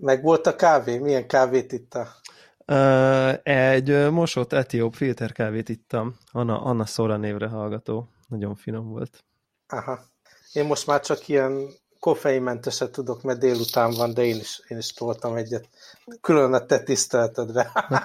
Meg volt a kávé? Milyen kávét ittál? Egy mosott etióp filterkávét ittam. Anna Sora névre hallgató. Nagyon finom volt. Aha. Én most már csak ilyen koffeinmenteset tudok, mert délután van, de én is toltam egyet. Külön a te tiszteletedre. Hát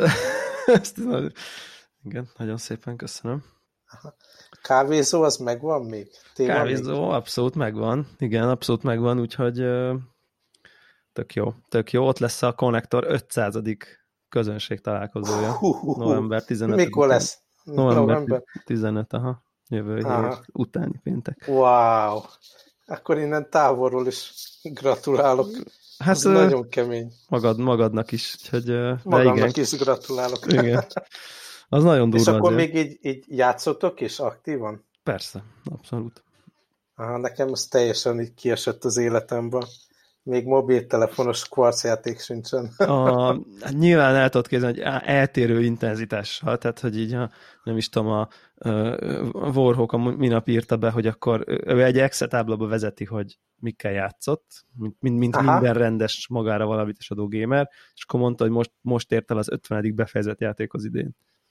igen, nagyon szépen köszönöm. Aha. Kávézó az megvan még? Kávézó abszolút megvan. Igen, abszolút megvan, úgyhogy tök jó. Tök jó. Ott lesz a Konnektor 500. közönség találkozója. November 15. Mikor lesz? November 15. Aha. Jövő hét utáni péntek. Wow! Akkor innen távolról is gratulálok. Hát nagyon kemény. Magadnak is. Magamnak is gratulálok. Igen. Az nagyon durva. És akkor még így játszotok is aktívan? Persze, abszolút. Aha, nekem az teljesen így kiesett az életemből. Még mobiltelefonos kvarcjáték sincsen. Nyilván el tudod képzelni, hogy eltérő intenzitással, tehát hogy így, nem is tudom, a Warhawk a minap írta be, hogy akkor ő egy Excel táblába vezeti, hogy mikkel játszott, mint minden rendes magára valamit is adó gamer, és akkor mondta, hogy most ért el az 50. befejezett játék az idén.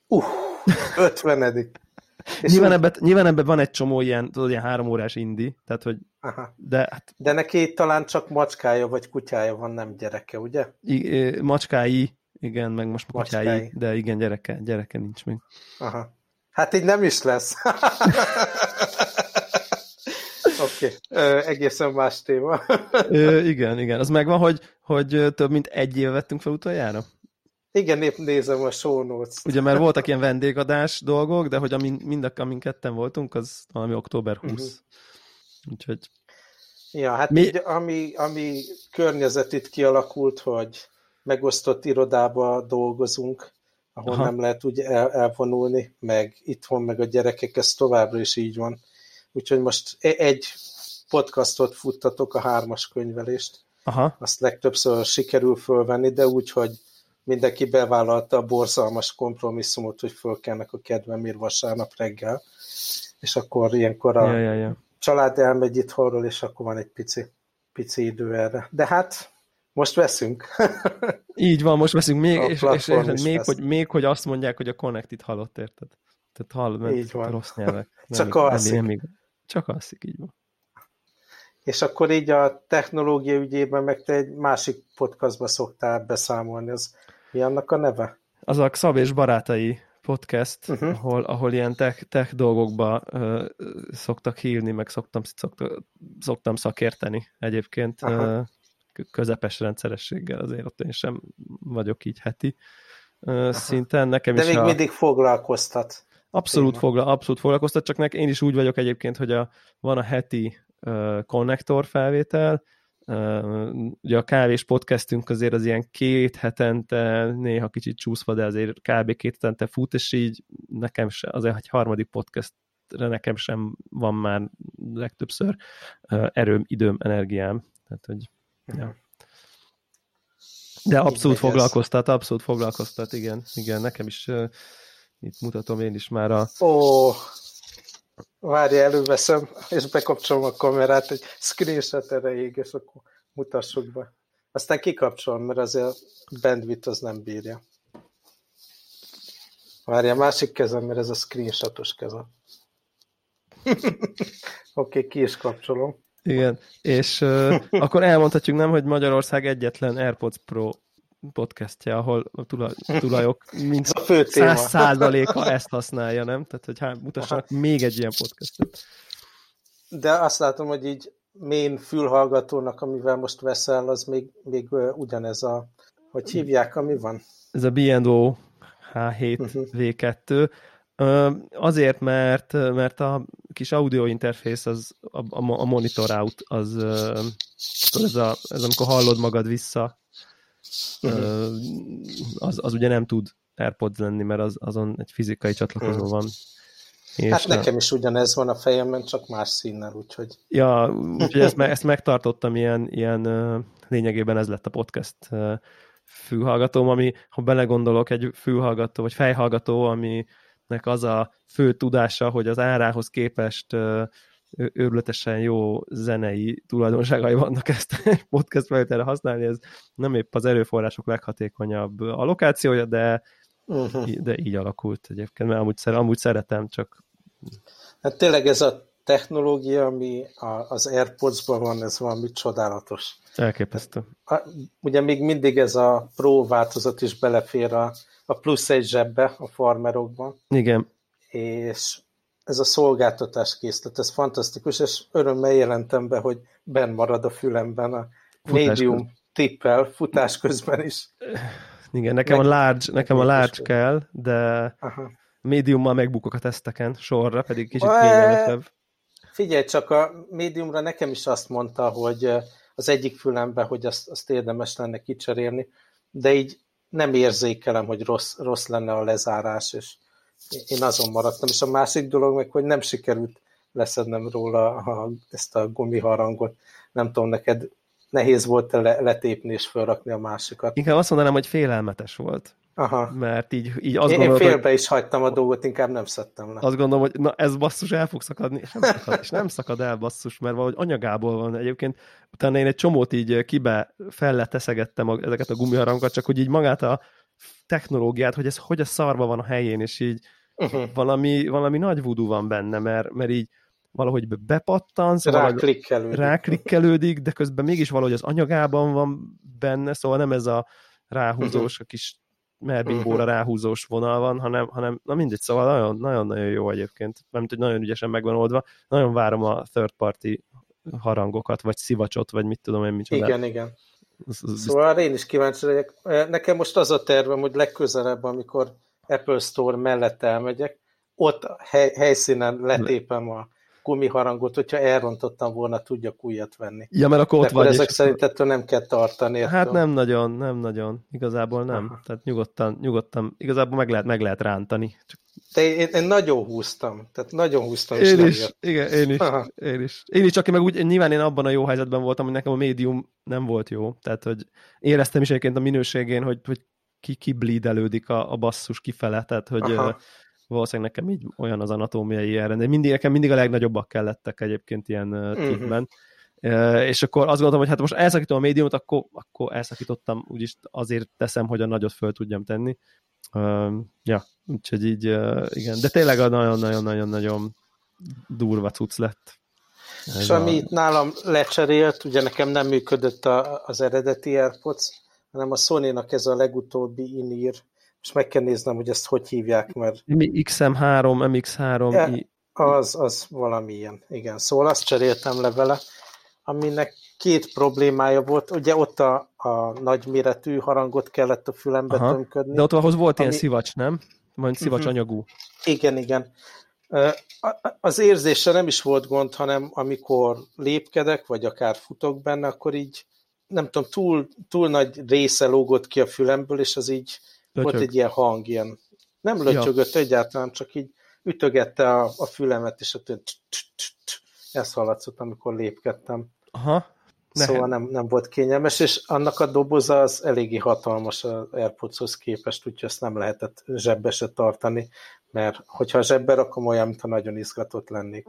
50. Nyilván ebben van egy csomó ilyen 3 órás indi, tehát hogy de neki talán csak macskája vagy kutyája van, nem gyereke, ugye? Macskái, igen, meg most kutyái, de igen, gyereke nincs még. Aha. Hát így nem is lesz. Oké, egészen más téma. Igen, az megvan, hogy több mint 1 éve vettünk fel utoljára? Igen, épp nézem a show notes. Ugye, mert voltak ilyen vendégadás dolgok, de hogy amin ketten voltunk, az valami október 20. Úgyhogy... Ja, hát így, ami környezet itt kialakult, hogy megosztott irodába dolgozunk, ahol nem lehet úgy elvonulni, meg itthon, meg a gyerekek, ez továbbra is így van. Úgyhogy most egy podcastot futtatok, a 3-as könyvelést. Azt legtöbbször sikerül fölvenni, de úgy, hogy mindenki bevállalta a borzalmas kompromisszumot, hogy fölkelnek a kedvemért vasárnap reggel, és akkor ilyenkor a család elmegy itthonról, és akkor van egy pici idő erre. De hát most veszünk. Így van, most veszünk még, hogy azt mondják, hogy a Connected halott, érted? Tehát hall, mert rossz nyelvek. Csak alszik. Csak alszik, így van. És akkor így a technológia ügyében meg te egy másik podcastba szoktál beszámolni. Az mi annak a neve? Az a Xab és Barátai podcast, ahol ilyen tech dolgokba szoktak hívni, meg szoktam szakérteni egyébként közepes rendszerességgel, azért ott én sem vagyok így heti szinten. Nekem de is még mindig foglalkoztat. Abszolút foglalkoztat, csak én is úgy vagyok egyébként, hogy van a heti konnektor felvétel, ugye a kávés podcastünk azért az ilyen 2 hetente, néha kicsit csúszva, de azért kb. 2 hetente fut, és így nekem sem, azért egy 3. podcastre nekem sem van már legtöbbször erőm, időm, energiám. Tehát, hogy, ja. De abszolút foglalkoztat, igen, nekem is itt mutatom én is már a... Várja, előveszem, és bekapcsolom a kamerát, egy screenshot erejéig, és akkor mutassuk be. Aztán kikapcsolom, mert azért a bandwidth az nem bírja. Várja, másik kezem, mert ez a screenshotos kezem. Oké, ki is kapcsolom. Igen, és akkor elmondhatjuk, nem, hogy Magyarország egyetlen AirPods Pro podcastja, ahol a tulajok mind 100%-a ezt használja, nem? Tehát, hogy mutassanak még egy ilyen podcastot. De azt látom, hogy így main fülhallgatónak, amivel most veszel, az még ugyanez a... Hogy hívják, ami van? Ez a B&O H7 V2. Azért, mert a kis audio interfész, az a monitor out, az amikor hallod magad vissza, az ugye nem tud AirPods lenni, mert azon egy fizikai csatlakozó van. Hát nekem is ugyanez van a fejemben, csak más színnel, úgyhogy... Ja, úgyhogy ezt megtartottam, ilyen lényegében ez lett a podcast fülhallgatóm, ami, ha belegondolok, egy fülhallgató, vagy fejhallgató, aminek az a fő tudása, hogy az árához képest őrületesen jó zenei tulajdonságai vannak ezt a podcast felvételre használni, ez nem épp az erőforrások leghatékonyabb allokációja, de így alakult egyébként, mert amúgy szeretem, csak... Hát tényleg ez a technológia, ami az AirPods-ban van, ez valami csodálatos. Elképesztő. Ugye még mindig ez a Pro változat is belefér a plusz egy zsebbe a farmerokban. Igen. És ez a szolgáltatás készlet, ez fantasztikus, és örömmel jelentem be, hogy benn marad a fülemben a médium tippel futás közben is. Igen, nekem a large kell, de médiummal megbukok a teszteken sorra, pedig kicsit kényelmetebb. Figyelj csak, a médiumra nekem is azt mondta, hogy az egyik fülemben, hogy azt érdemes lenne kicserélni, de így nem érzékelem, hogy rossz lenne a lezárás, és én azon maradtam. És a másik dolog meg, hogy nem sikerült leszednem róla ezt a gumiharangot. Nem tudom, neked nehéz volt letépni és felrakni a másikat. Inkább azt mondanám, hogy félelmetes volt. Aha. Mert így azt én gondolod, félbe is hagytam a dolgot, inkább nem szedtem le. Azt gondolom, hogy na ez basszus el fog szakadni, és nem szakad el basszus, mert valahogy anyagából van egyébként. Utána én egy csomót így felleteszegettem ezeket a gumiharangokat, csak hogy így magát a technológiát, hogy hogy a szarba van a helyén, és így valami nagy voodoo van benne, mert így valahogy bepattansz, ráklikkelődik, de közben mégis valahogy az anyagában van benne, szóval nem ez a ráhúzós, a kis melbimbóra ráhúzós vonal van, hanem na mindegy, szóval nagyon-nagyon jó egyébként, mert hogy nagyon ügyesen meg van oldva. Nagyon várom a third party harangokat, vagy szivacsot, vagy mit tudom én, micsoda. Igen. Szóval én is kíváncsi legyek. Nekem most az a tervem, hogy legközelebb, amikor Apple Store mellett elmegyek, ott helyszínen letépem a gumiharangot, hogyha elrontottam volna, tudjak újat venni. Ja, mert akkor ott vagy. Ezek szerint ettől nem kell tartani. Hát nem nagyon. Igazából nem. Aha. Tehát nyugodtan, igazából meg lehet rántani. Csak... De én nagyon húztam. Tehát nagyon húztam, és én is. Igen, én is, csak meg úgy, nyilván én abban a jó helyzetben voltam, hogy nekem a médium nem volt jó. Tehát, hogy éreztem is egyébként a minőségén, hogy kibleedelődik a basszus kifele, tehát, hogy valószínűleg nekem így olyan az anatómiai ilyen, de nekem mindig a legnagyobbak kellettek egyébként ilyen tippben. És akkor azt gondoltam, hogy hát most elszakítom a médiumot, akkor elszakítottam, úgyis azért teszem, hogy a nagyot föl tudjam tenni. Úgyhogy így, igen. De tényleg a nagyon-nagyon-nagyon durva cucc lett. És ami itt nálam lecserélt, ugye nekem nem működött az eredeti AirPods, hanem a Sony-nak ez a legutóbbi in-ear. És meg kell néznem, hogy ezt hogy hívják, mert... XM3, MX3... Az valami ilyen, igen. Szóval azt cseréltem le vele, aminek két problémája volt. Ugye ott a nagyméretű harangot kellett a fülembe tömködni. De ott ahhoz volt ilyen szivacs, nem? Majd szivacs anyagú. Igen. Az érzése nem is volt gond, hanem amikor lépkedek, vagy akár futok benne, akkor így, nem tudom, túl nagy része lógott ki a fülemből, és az így volt egy ilyen hang, ilyen. Nem lötyögött egyáltalán, csak így ütögette a fülemet, és ott ezt hallatszott, amikor lépkedtem. Szóval nem volt kényelmes, és annak a doboza az eléggé hatalmas az AirPodshoz képest, úgyhogy ezt nem lehetett zsebbe se tartani, mert hogyha a zsebbe rakom, olyan, mintha nagyon izgatott lennék.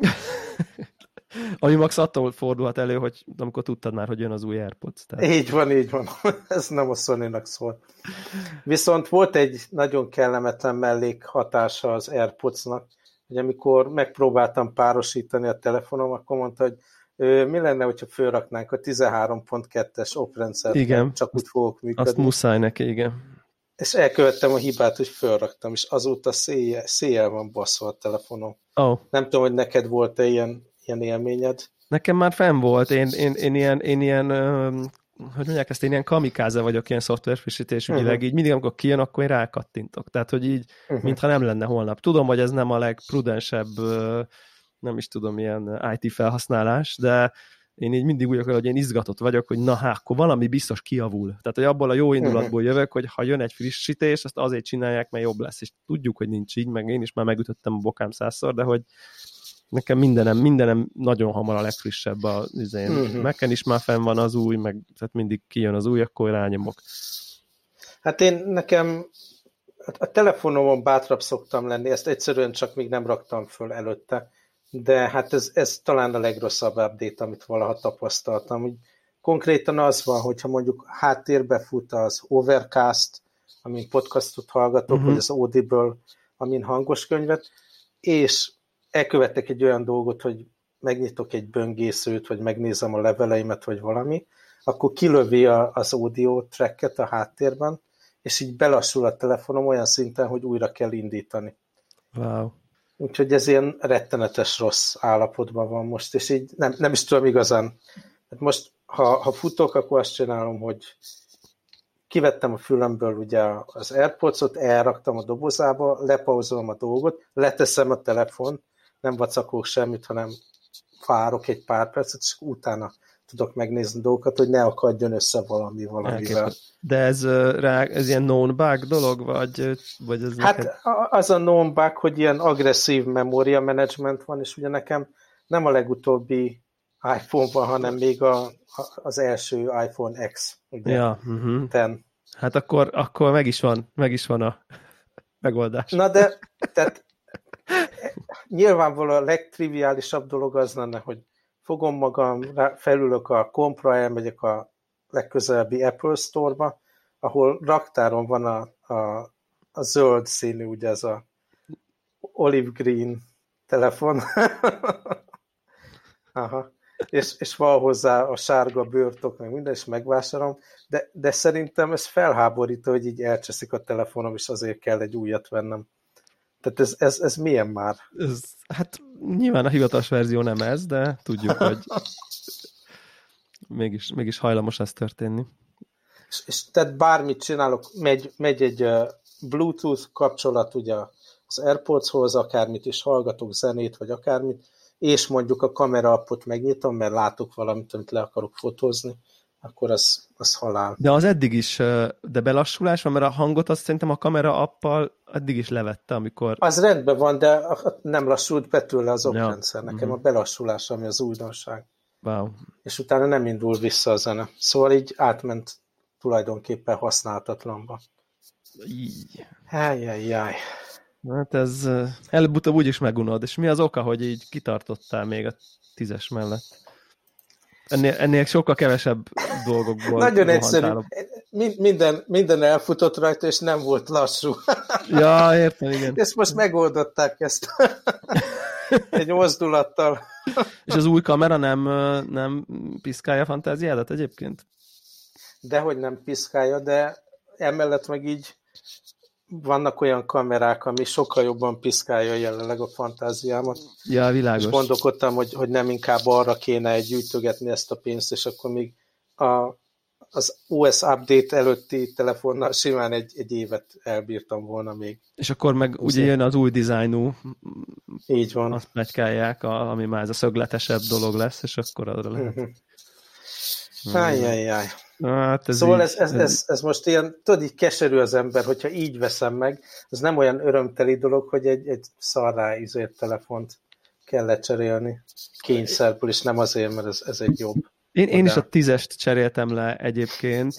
Ami max attól fordulhat elő, hogy amikor tudtad már, hogy jön az új AirPods. Tehát... Így van. Ez nem a Sony-nak szól. Viszont volt egy nagyon kellemetlen mellékhatása az AirPods-nak, hogy amikor megpróbáltam párosítani a telefonom, akkor mondta, hogy mi lenne, hogyha fölraknánk a 13.2-es oprendszert, igen, csak úgy fogok működni. Azt muszáj neki, igen. És elkövettem a hibát, hogy fölraktam, és azóta széjjel van baszva a telefonom. Nem tudom, hogy neked volt-e ilyen élményed? Nekem már fenn volt. Én ilyen hogy mondják ezt, én ilyen kamikáze vagyok, ilyen szoftverfrissítés ügyileg, így mindig, amikor kijön, akkor én rákattintok. Tehát, hogy így, mintha nem lenne holnap. Tudom, hogy ez nem a legprudensebb, nem is tudom, ilyen IT felhasználás, de én így mindig úgy akarok, hogy én izgatott vagyok, hogy akkor valami biztos kijavul. Tehát, hogy abból a jó indulatból jövök, hogy ha jön egy frissítés, azt azért csinálják, mert jobb lesz. És tudjuk, hogy nincs így, meg én is már megütöttem a bokám 100-szor, de hogy nekem mindenem nagyon hamar a legfrissebb Mac-en is már fenn van az új, meg tehát mindig kijön az új, akkor rányomok. Hát nekem a telefonomon bátrabb szoktam lenni, ezt egyszerűen csak még nem raktam föl előtte, de hát ez talán a legrosszabb update, amit valaha tapasztaltam. Úgy konkrétan az van, hogyha mondjuk háttérbe fut az Overcast, amin podcastot hallgatok, vagy az Audible, amin hangos könyvet, és elkövettek egy olyan dolgot, hogy megnyitok egy böngészőt, vagy megnézem a leveleimet, vagy valami, akkor kilövi az audio tracket a háttérben, és így belassul a telefonom olyan szinten, hogy újra kell indítani. Wow. Úgyhogy ez ilyen rettenetes rossz állapotban van most, és így nem is tudom igazán. Hát most, ha futok, akkor azt csinálom, hogy kivettem a fülemből ugye az AirPods-ot, elraktam a dobozába, lepauzolom a dolgot, leteszem a telefon, nem vacakolok semmit, hanem várok egy pár percet, és utána tudok megnézni dolgokat, hogy ne akadjon össze valamivel. De ez ilyen known bug dolog, vagy ez hát neked... az a known bug, hogy ilyen agresszív memória management van, és ugye nekem nem a legutóbbi iPhone-ban, hanem még az első iPhone X, ugye? Ja, hát akkor meg is van a megoldás. Na de, tehát nyilvánvalóan a legtriviálisabb dolog az lenne, hogy fogom magam, felülök a kompra, elmegyek a legközelebbi Apple Store-ba, ahol raktáron van a zöld színű, ugye ez a olive green telefon. Aha. És van hozzá a sárga bőrtok, meg minden, és megvásárolom, de szerintem ez felháborító, hogy így elcseszik a telefonom, és azért kell egy újat vennem. Tehát ez milyen már? Hát nyilván a hivatalos verzió nem ez, de tudjuk, hogy mégis hajlamos ez történni. És tehát bármit csinálok, megy egy Bluetooth kapcsolat ugye az AirPods-hoz, akármit is hallgatok, zenét, vagy akármit, és mondjuk a kamera appot megnyitom, mert látok valamit, amit le akarok fotózni, akkor az halál. De az eddig is, de belassulás van, mert a hangot azt szerintem a kamera appal eddig is levette, amikor... Az rendben van, de nem lassult be tőle az okrendszer. Nekem a belassulás, ami az újdonság. Wow. És utána nem indul vissza a zene. Szóval így átment tulajdonképpen használhatatlanba. Hájjájjáj. Hát ez előbb-utóbb úgyis megunod. És mi az oka, hogy így kitartottál még a 10-es mellett? Ennél sokkal kevesebb dolgokból. Nagyon egyszerű. Minden elfutott rajta, és nem volt lassú. Ja, értem, igen. Ezt most megoldották ezt. Egy mozdulattal. És az új kamera nem piszkálja a fantáziádat egyébként? Dehogy nem piszkálja, de emellett meg így vannak olyan kamerák, ami sokkal jobban piszkálja jelenleg a fantáziámat. Ja, világos. És gondolkodtam, hogy nem inkább arra kéne gyűjtögetni ezt a pénzt, és akkor még az OS update előtti telefonnal simán egy évet elbírtam volna még. És akkor meg ugye jön az új dizájnú. Így van. Azt pletykálják, ami már ez a szögletesebb dolog lesz, és akkor arra lehet. Hájjájjáj. Hát szóval ez most ilyen, tudod, így keserű az ember, hogyha így veszem meg, ez nem olyan örömteli dolog, hogy egy szarrá izért telefont kell lecserélni kényszerből, és nem azért, mert ez egy jobb. Én is a 10-est cseréltem le egyébként.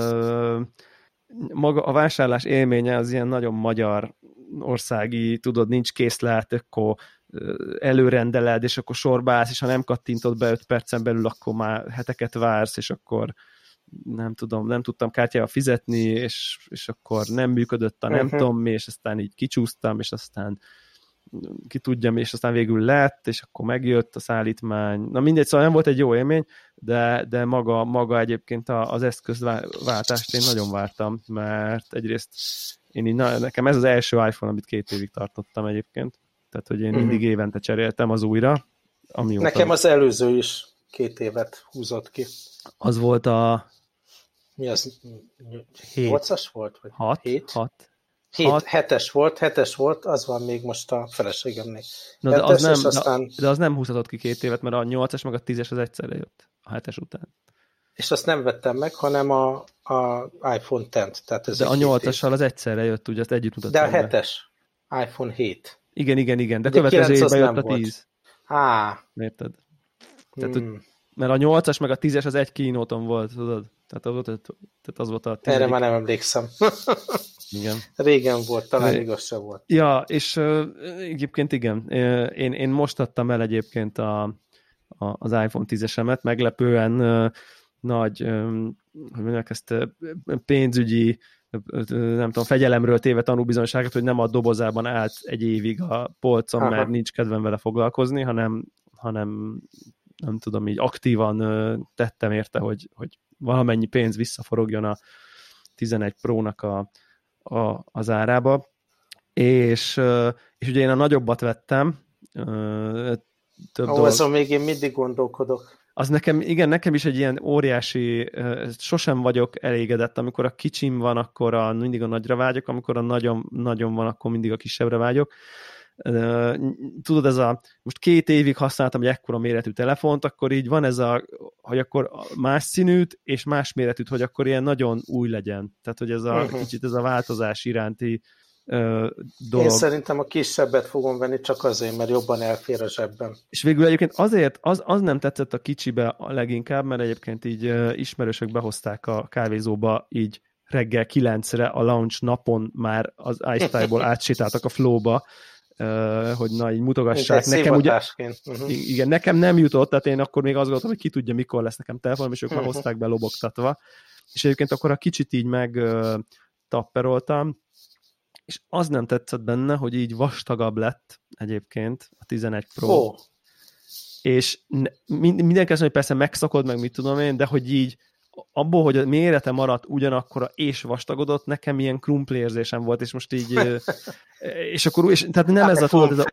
Maga a vásárlás élménye az ilyen nagyon magyar országi, tudod, nincs készlet, akkor előrendeled, és akkor sorba állsz, és ha nem kattintod be 5 percen belül, akkor már heteket vársz, és akkor nem tudtam kártyával fizetni, és akkor nem működött a nem tudom mi, és aztán így kicsúsztam, és aztán ki tudja mi, és aztán végül lett, és akkor megjött a szállítmány. Na mindegy, szóval nem volt egy jó élmény, de maga egyébként az eszközváltást én nagyon vártam, mert egyrészt nekem ez az első iPhone, amit 2 évig tartottam egyébként, tehát hogy én mindig évente cseréltem az újra. Nekem az előző is 2 évet húzott ki. Az volt a... Mi az? 8-as volt? Vagy 6? 7-es volt, az van még most a feleségemnél. Na, de az nem húzhatott ki 2 évet, mert a 8-as meg a 10-es az egyszerre jött a 7-es után. És azt nem vettem meg, hanem a iPhone X. Tehát ez de a 8-assal az egyszerre jött, ugye azt együtt mutattam. De a 7-es, iPhone 7. Igen, de következő évben jött a 10. Á. Érted? Tehát, Mert a 8-as meg a 10-es az egy keynote-on volt, tudod? Tehát az volt a 10. Erre már nem emlékszem. Igen. Régen volt, talán igaz sem volt. Ja, és egyébként igen. Én most adtam el egyébként az iPhone 10-esemet, meglepően nagy, hogy mondják ezt, pénzügyi, nem tudom, fegyelemről téve tanúbizonyságot, hogy nem a dobozában állt egy évig a polcon, mert nincs kedvem vele foglalkozni, hanem nem tudom, így aktívan tettem érte, hogy valamennyi pénz visszaforogjon a 11 Pro-nak az árába. És ugye én a nagyobbat vettem. Azon még én mindig gondolkodok. Az nekem is egy ilyen óriási, sosem vagyok elégedett, amikor a kicsim van, akkor mindig a nagyra vágyok, amikor a nagyon van, akkor mindig a kisebbre vágyok. Tudod, most 2 évig használtam egy ekkora méretű telefont, akkor így van hogy akkor más színűt és más méretűt, hogy akkor ilyen nagyon új legyen. Tehát, hogy kicsit ez a változás iránti dolog. Én szerintem a kisebbet fogom venni csak azért, mert jobban elfér a zsebben. És végül egyébként azért az nem tetszett a kicsibe a leginkább, mert egyébként így ismerősök behozták a kávézóba így reggel 9-re a launch napon már az iStyle-ból átsétáltak a Flow-ba, hogy na, így mutogassák. Nekem ugye, igen, nekem nem jutott, tehát én akkor még azt gondoltam, hogy ki tudja, mikor lesz nekem telefonom, és ők már hozták be lobogtatva. És egyébként akkor a kicsit így meg tapperoltam, és az nem tetszett benne, hogy így vastagabb lett egyébként a 11 Pro. Oh. És mindenki azt mondja, hogy persze megszakod, meg mit tudom én, de hogy így abból, hogy a mérete maradt ugyanakkora és vastagodott, nekem ilyen krumpli érzésem volt, és most így és akkor tehát nem ez a tudod,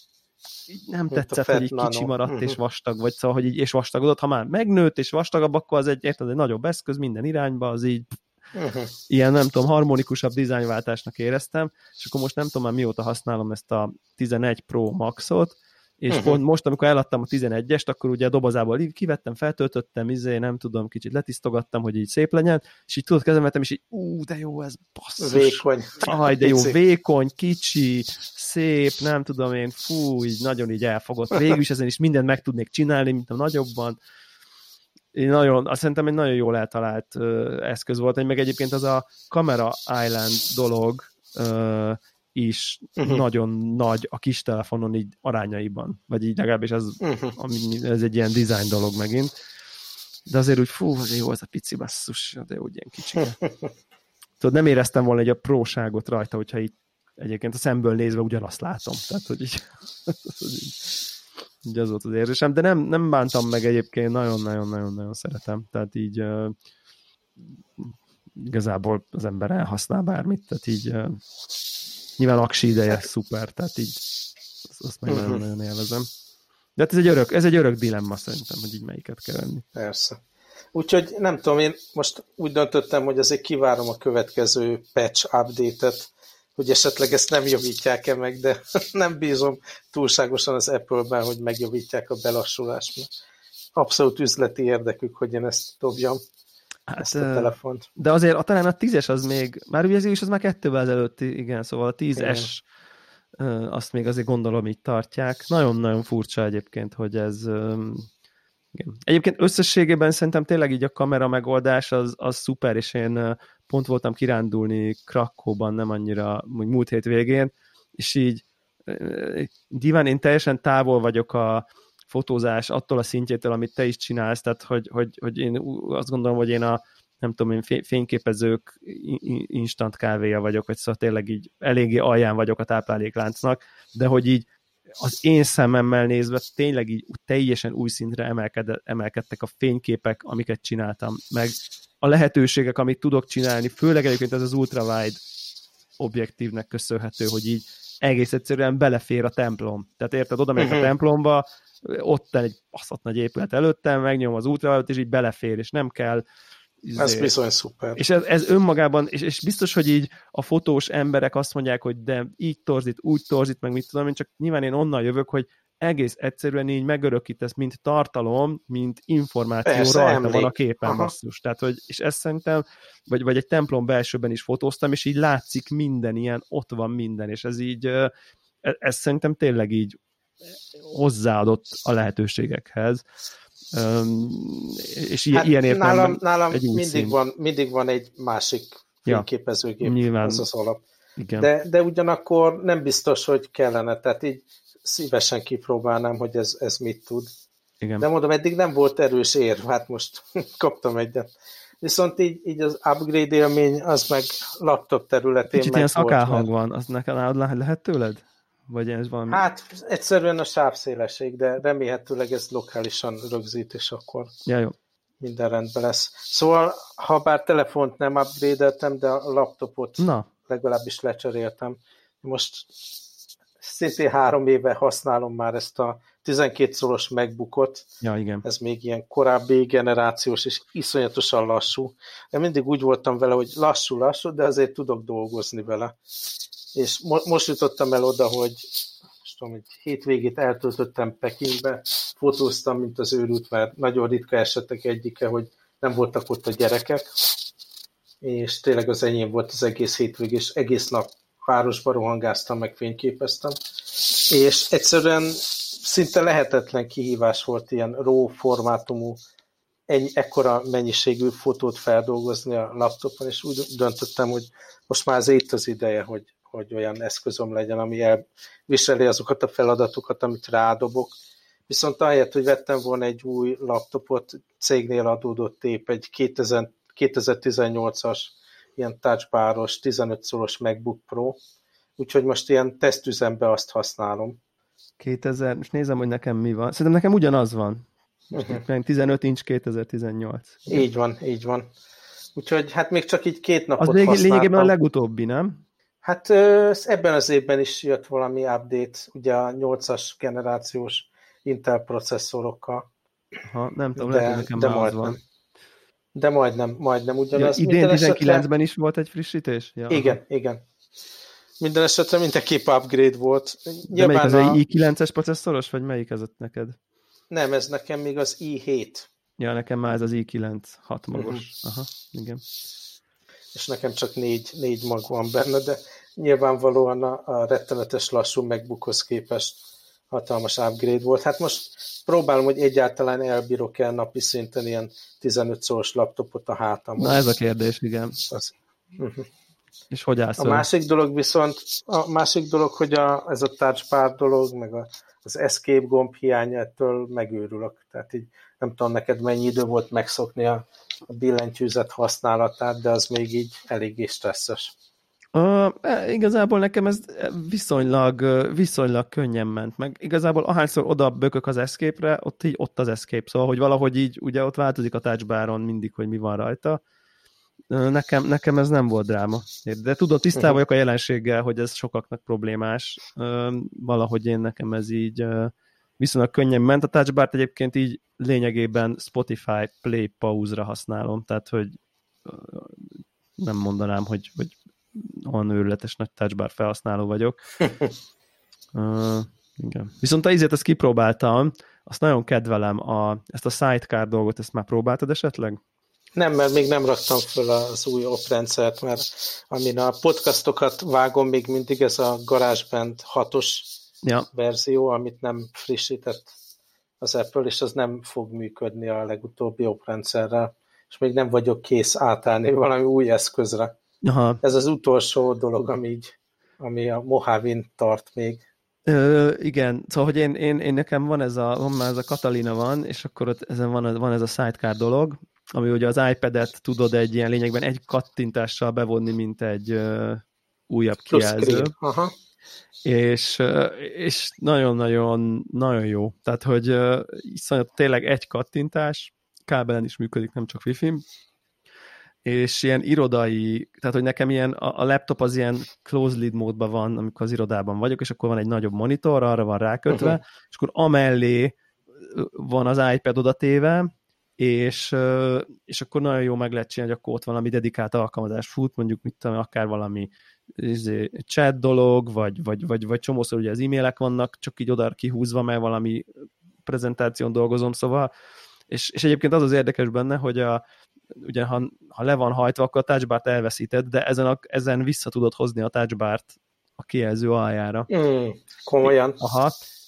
nem tetszett, hogy így kicsi maradt és vastag, vagy szóval, hogy így és vastagodott, ha már megnőtt és vastagabb, akkor az egy nagyobb eszköz minden irányba, az így ilyen, nem tudom, harmonikusabb dizájnváltásnak éreztem, és akkor most nem tudom már mióta használom ezt a 11 Pro Maxot, és pont most, amikor eladtam a 11-est, akkor ugye a dobozából kivettem, feltöltöttem, nem tudom, kicsit letisztogattam, hogy így szép legyen, és így tudod, kezemeltem, és így, de jó, ez basszus. Vékony. De jó, vékony, kicsi, szép, nem tudom én, így nagyon így elfogott. Végül is ezen is mindent meg tudnék csinálni, mint a nagyobban. Azt szerintem egy nagyon jól eltalált eszköz volt, meg egyébként az a Camera Island dolog is nagyon nagy a kis telefonon így arányaiban, vagy így legalábbis ez egy ilyen design dolog megint. De azért úgy, azért jó az a pici basszus, de úgy ilyen kicsike. Tudod, nem éreztem volna egy a próságot rajta, hogyha így egyébként a szemből nézve ugyanazt látom. Tehát, hogy így az volt az érzésem, de nem bántam meg egyébként, nagyon-nagyon-nagyon szeretem, tehát így igazából az ember elhasznál bármit, tehát így nyilván aksi ideje szuper, tehát így azt meg nagyon-nagyon élvezem. De hát ez egy örök dilemma szerintem, hogy így melyiket kell venni. Persze. Úgyhogy nem tudom, én most úgy döntöttem, hogy azért kivárom a következő patch update-et, hogy esetleg ezt nem javítják-e meg, de nem bízom túlságosan az Apple-ben, hogy megjavítják a belassulást. Abszolút üzleti érdekük, hogy én ezt dobjam, ezt a telefont. De azért talán a 10-es az még, már ugye is az már 2-vel ezelőtt, igen, szóval a 10-es azt még azért gondolom így tartják. Nagyon-nagyon furcsa egyébként, hogy ez... Igen. Egyébként összességében szerintem tényleg így a kamera megoldás az szuper, és én pont voltam kirándulni Krakóban, nem annyira múlt hét végén, és így diván én teljesen távol vagyok a fotózás attól a szintjétől, amit te is csinálsz, tehát hogy én azt gondolom, hogy én nem tudom, én fényképezők instant kávéja vagyok, vagy szóval tényleg így eléggé alján vagyok a táplálékláncnak, de hogy így az én szememmel nézve tényleg így teljesen új szintre emelkedtek a fényképek, amiket csináltam, meg a lehetőségek, amit tudok csinálni, főleg egyébként ez az ultrawide objektívnek köszönhető, hogy így egész egyszerűen belefér a templom. Tehát érted, oda megyek a templomba, ott egy baszott nagy épület előttem, megnyom az ultrawide-ot, és így belefér, és nem kell. Ez bizony szuper. És ez önmagában, és biztos, hogy így a fotós emberek azt mondják, hogy de így torzít, úgy torzít, meg mit tudom én, csak nyilván én onnan jövök, hogy egész egyszerűen így megörökítesz, mint tartalom, mint információ. Persze, rajta van a képen basszus. Tehát, hogy, és ezt szerintem, vagy egy templom belsőben is fotóztam, és így látszik minden ilyen, ott van minden, és ez így, ez szerintem tényleg így hozzáadott a lehetőségekhez. És ilyen értelemben nálam mindig van egy másik fényképezőgép, nyilván, az alap. Igen. De ugyanakkor nem biztos, hogy kellene, tehát így szívesen kipróbálnám, hogy ez mit tud. Igen. De mondom, eddig nem volt erős érv, hát most kaptam egyet. Viszont így az upgrade élmény, az meg laptop területén kicsit ilyen szakálhang van, az neked lehet tőled? Vagy ez valami? Hát egyszerűen a sávszélesség, de remélhetőleg ez lokálisan rögzít, és akkor jó. minden rendben lesz. Szóval, ha bár telefont nem upgrade-eltem, de a laptopot legalábbis lecseréltem. Most szintén 3 éve használom már ezt a 12 szoros MacBookot. Ja, igen. Ez még ilyen korábbi generációs, és iszonyatosan lassú. Én mindig úgy voltam vele, hogy lassú, de azért tudok dolgozni vele. És most jutottam el oda, hogy egy hétvégét eltöltöttem Pekingbe, fotóztam, mint az őrült, mert nagyon ritka esetek egyike, hogy nem voltak ott a gyerekek, és tényleg az enyém volt az egész hétvég, és egész nap városba rohangáztam, meg fényképeztem, és egyszerűen szinte lehetetlen kihívás volt ilyen RAW formátumú, ekkora mennyiségű fotót feldolgozni a laptopon, és úgy döntöttem, hogy most már ez itt az ideje, hogy olyan eszközöm legyen, ami elviseli azokat a feladatokat, amit rádobok. Viszont ahelyett, hogy vettem volna egy új laptopot, cégnél adódott épp egy 2018-as ilyen touchbaros, 15 szoros MacBook Pro, úgyhogy most ilyen tesztüzembe azt használom. 2000, most nézem, hogy nekem mi van. Szerintem nekem ugyanaz van. 15 inch 2018. Így van. Úgyhogy hát még csak így 2 napot az használtam. Lényegében a legutóbbi, nem? Hát ebben az évben is jött valami update, ugye a 8-as generációs Intel processzorokkal. Nem tudom, lehet, hogy nekem de már az van. De majdnem ugyanaz. Ja, idén 19-ben is volt egy frissítés? Ja, igen. Minden esetre mindenképp upgrade volt. De melyik az i9-es processzoros, vagy melyik ez ott neked? Nem, ez nekem még az i7. Ja, nekem már ez az i9 6 magos. Aha, igen. És nekem csak 4 mag van benne, de nyilvánvalóan a rettenetes lassú MacBookhoz képest hatalmas upgrade volt. Hát most próbálom, hogy egyáltalán elbírok-e napi szinten ilyen 15 szoros laptopot a hátamon. Na ez a kérdés, igen. És hogy állsz? A másik dolog, hogy ez a touchbar dolog, meg az escape gomb hiánya, ettől megőrülök. Tehát így nem tudom neked mennyi idő volt megszokni a billentyűzet használatát, de az még így eléggé stresszes. Igazából nekem ez viszonylag könnyen ment, meg igazából ahányszor oda bökök az escape-re, ott az escape, szóval, hogy valahogy így, ugye ott változik a touchbaron mindig, hogy mi van rajta. Nekem ez nem volt dráma. De tudod, tisztában vagyok a jelenséggel, hogy ez sokaknak problémás. Valahogy nekem ez így viszonylag könnyen ment. A touchbart egyébként így lényegében Spotify Play Pause-ra használom, tehát hogy nem mondanám, hogy olyan őrületes nagy touchbar felhasználó vagyok. Igen. Viszont ezt kipróbáltam, azt nagyon kedvelem, ezt a sidecar dolgot, ezt már próbáltad esetleg? Nem, mert még nem raktam föl az új oprendszert, mert amin a podcastokat vágom, még mindig ez a GarageBand 6-os verzió, amit nem frissített az Apple, és az nem fog működni a legutóbbi oprendszerrel, és még nem vagyok kész átállni valami új eszközre. Aha. Ez az utolsó dolog, ami a Mojave-n tart még. Igen, szóval, hogy én nekem van már ez a Catalina van, és akkor ott ezen van ez a sidecar dolog, ami ugye az iPad-et tudod egy lényegben egy kattintással bevonni, mint egy újabb kijelző. És nagyon-nagyon nagyon jó. Tehát, hogy tényleg egy kattintás, kábelen is működik, nem csak Wi-Fi-n, és ilyen irodai, tehát, hogy nekem ilyen, a laptop az ilyen closed lid módban van, amikor az irodában vagyok, és akkor van egy nagyobb monitor, arra van rákötve, és akkor amellé van az iPad odatéve, és akkor nagyon jó meg lehet csinálni, hogy akkor ott valami dedikált alkalmazás fut, mondjuk mit tudom, akár valami chat dolog, vagy csomószor ugye az e-mailek vannak, csak így oda kihúzva, mert valami prezentáción dolgozom, szóval, és egyébként az érdekes benne, hogy ugye ha le van hajtva, akkor a touchbart elveszíted, de ezen vissza tudod hozni a touchbart a kijelző aljára. Komolyan. Aha.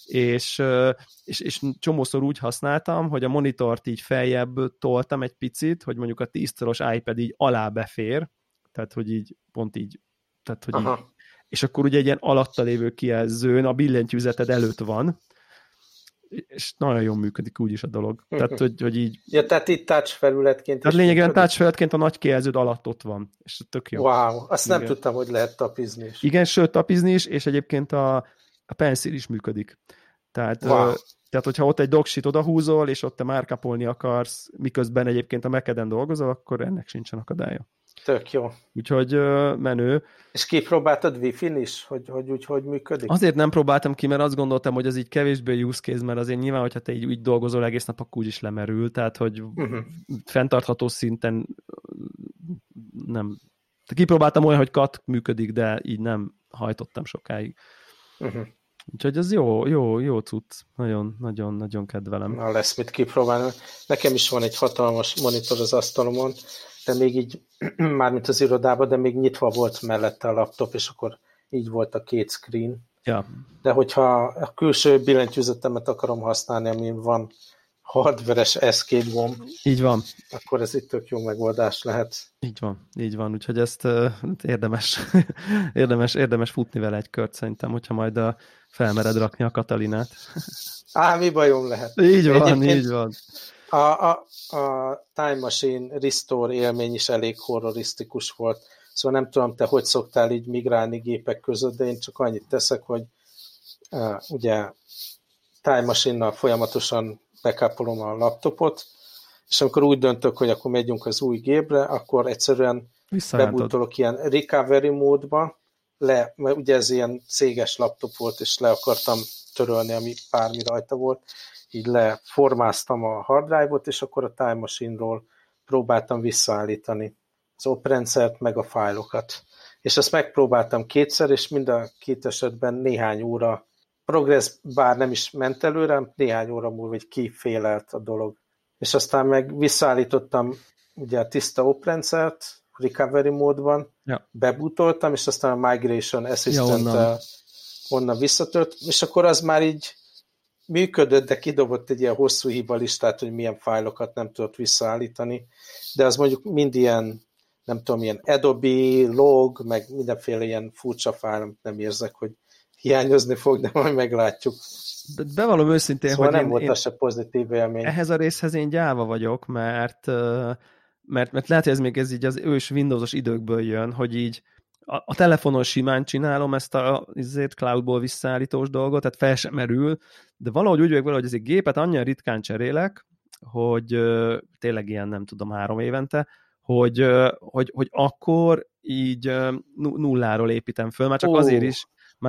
és csomószor úgy használtam, hogy a monitort így feljebb toltam egy picit, hogy mondjuk a 10-szoros iPad így alá befér, tehát hogy így pont így, tehát hogy így, és akkor ugye egy ilyen alatta lévő kijelzőn a billentyűzeted előtt van, és nagyon jól működik úgyis a dolog. Tehát, hogy így... Ja, tehát itt touch felületként tehát lényegében touch felületként a nagy kijelződ alatt ott van, és tök jó. Wow, azt igen. Nem tudtam, hogy lehet tapizni is. Igen, sőt, tapizni is, és egyébként a pencil is működik. Tehát, wow. Tehát, hogyha ott egy docsit odahúzol, és ott te markupolni akarsz, miközben egyébként a Mac-eden dolgozol, akkor ennek sincsen akadálya. Tök jó. Úgyhogy menő. És kipróbáltad Wi-Fi-n is, hogy működik? Azért nem próbáltam ki, mert azt gondoltam, hogy az így kevésbé use case, mert azért nyilván, hogyha te így dolgozol egész nap, akkor úgyis lemerül, tehát hogy fenntartható szinten nem. Kipróbáltam olyan, hogy kat működik, de így nem hajtottam sokáig. Úgyhogy ez jó cucc. Nagyon kedvelem. Na, lesz mit kipróbálni. Nekem is van egy hatalmas monitor az asztalomon, de még így, mármint az irodában, de még nyitva volt mellette a laptop, és akkor így volt a két screen. Ja. De hogyha a külső billentyűzetemet akarom használni, amin van hardveres escape gomb, így van. Akkor ez itt tök jó megoldás lehet. Így van, úgyhogy ezt érdemes futni vele egy kört szerintem, hogyha majd felmered rakni a Katalinát. Mi bajom lehet. Így van. A Time Machine Restore élmény is elég horrorisztikus volt. Szóval nem tudom, te hogy szoktál így migrálni gépek között, de én csak annyit teszek, hogy ugye Time Machine-nal folyamatosan backupolom a laptopot, és amikor úgy döntök, hogy akkor megyünk az új gépre, akkor egyszerűen bebútolok ilyen recovery módba, mert ugye ez ilyen céges laptop volt, és le akartam törölni, ami bármi rajta volt, így leformáztam a hard drive-ot, és akkor a Time Machine-ról próbáltam visszaállítani az oprendszert, meg a fájlokat. És ezt megpróbáltam kétszer, és mind a két esetben néhány óra progress, bár nem is ment előre, néhány óra múlva egy kifélelt a dolog. És aztán meg visszaállítottam ugye a tiszta oprendszert, recovery módban, bebútoltam, és aztán a Migration Assistant onnan visszatört, és akkor az már így működött, de kidobott egy ilyen hosszú hibalistát, hogy milyen fájlokat nem tudott visszaállítani, de az mondjuk mind ilyen, nem tudom, ilyen Adobe, log, meg mindenféle ilyen furcsa fájl, amit nem érzek, hogy hiányozni fog, de majd meglátjuk. De bevallom őszintén, szóval hogy nem volt az se pozitív élmény. Ehhez a részhez én gyáva vagyok, mert lehet, hogy ez így az ős Windowsos időkből jön, hogy így a telefonon simán csinálom ezt a cloudból visszaállítós dolgot, tehát fel sem merül, de valahogy úgy vagyok vele, hogy ez egy gépet annyira ritkán cserélek, hogy tényleg ilyen, nem tudom, 3 évente, hogy akkor így nulláról építem föl, már csak azért is,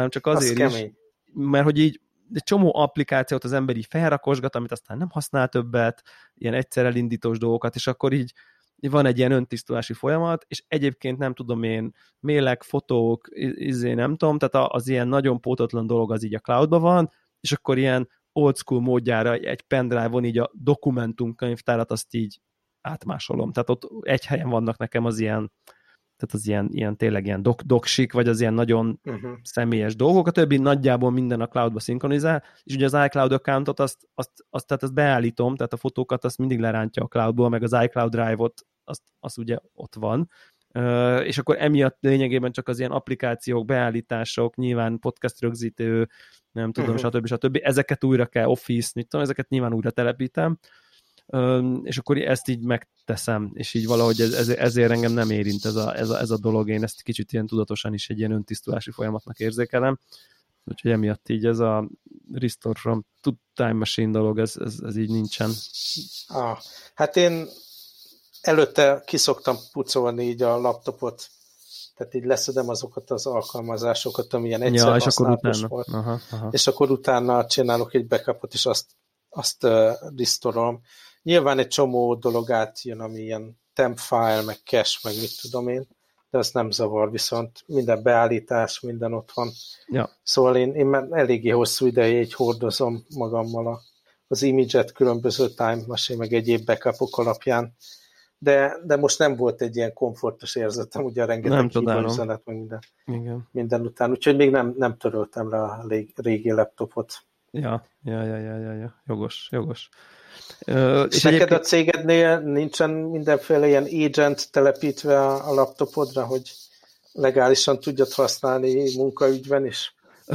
mert hogy így egy csomó applikációt az ember így felrakosgat, amit aztán nem használ többet, ilyen egyszer elindítós dolgokat, és akkor így van egy ilyen öntisztulási folyamat, és egyébként nem tudom én, mailek, fotók, nem tudom, tehát az ilyen nagyon pótatlan dolog az így a cloudban van, és akkor ilyen old school módjára egy pendrive-on így a dokumentumkönyvtárat azt így átmásolom. Tehát ott egy helyen vannak nekem az ilyen, tehát az ilyen tényleg ilyen doksik, vagy az ilyen nagyon személyes dolgok, a többi nagyjából minden a cloudba szinkronizál, és ugye az iCloud accountot azt beállítom, tehát a fotókat azt mindig lerántja a cloudból, meg az iCloud Drive-ot, az ugye ott van, és akkor emiatt lényegében csak az ilyen applikációk, beállítások, nyilván podcast rögzítő, nem tudom, stb. Ezeket újra kell, Office, mit tudom, ezeket nyilván újra telepítem, és akkor ezt így megteszem, és így valahogy ezért engem nem érint ez a dolog, én ezt kicsit ilyen tudatosan is egy ilyen öntisztulási folyamatnak érzékelem, úgyhogy emiatt így ez a Restore from Time Machine dolog, ez így nincsen. Hát én előtte kiszoktam pucolni így a laptopot, tehát így leszedem azokat az alkalmazásokat, amilyen egyszer használatos volt, és akkor utána csinálok egy backupot, és azt restore-olom. Nyilván egy csomó dolog átjön, ami ilyen temp file, meg cache, meg mit tudom én, de az nem zavar, viszont minden beállítás, minden ott van. Ja. Szóval én már eléggé hosszú ideig így hordozom magammal az image-et különböző Time Machine, meg egyéb backupok alapján, de most nem volt egy ilyen komfortos érzetem, ugye rengeteg hibőzenet, meg minden után, úgyhogy még nem töröltem le a régi laptopot. Ja. Jogos. És neked a cégednél nincsen mindenféle ilyen agent telepítve a laptopodra, hogy legálisan tudjad használni munkaügyben is?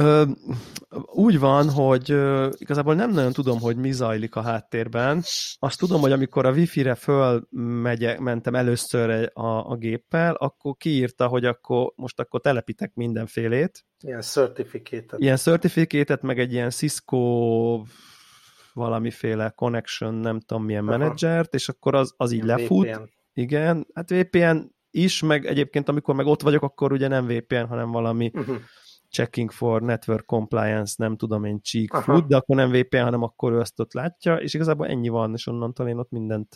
Úgy van, hogy igazából nem nagyon tudom, hogy mi zajlik a háttérben. Azt tudom, hogy amikor a Wi-Fi-re fölmentem először a géppel, akkor kiírta, hogy akkor telepítek mindenfélét. Ilyen certificate-et, meg egy ilyen Cisco valamiféle connection, nem tudom milyen menedzsert, és akkor az így lefut. VPN. Igen, hát VPN is, meg egyébként amikor meg ott vagyok, akkor ugye nem VPN, hanem valami checking for network compliance, nem tudom én, cheek fut, de akkor nem VPN, hanem akkor ő azt ott látja, és igazából ennyi van, és onnantól én ott mindent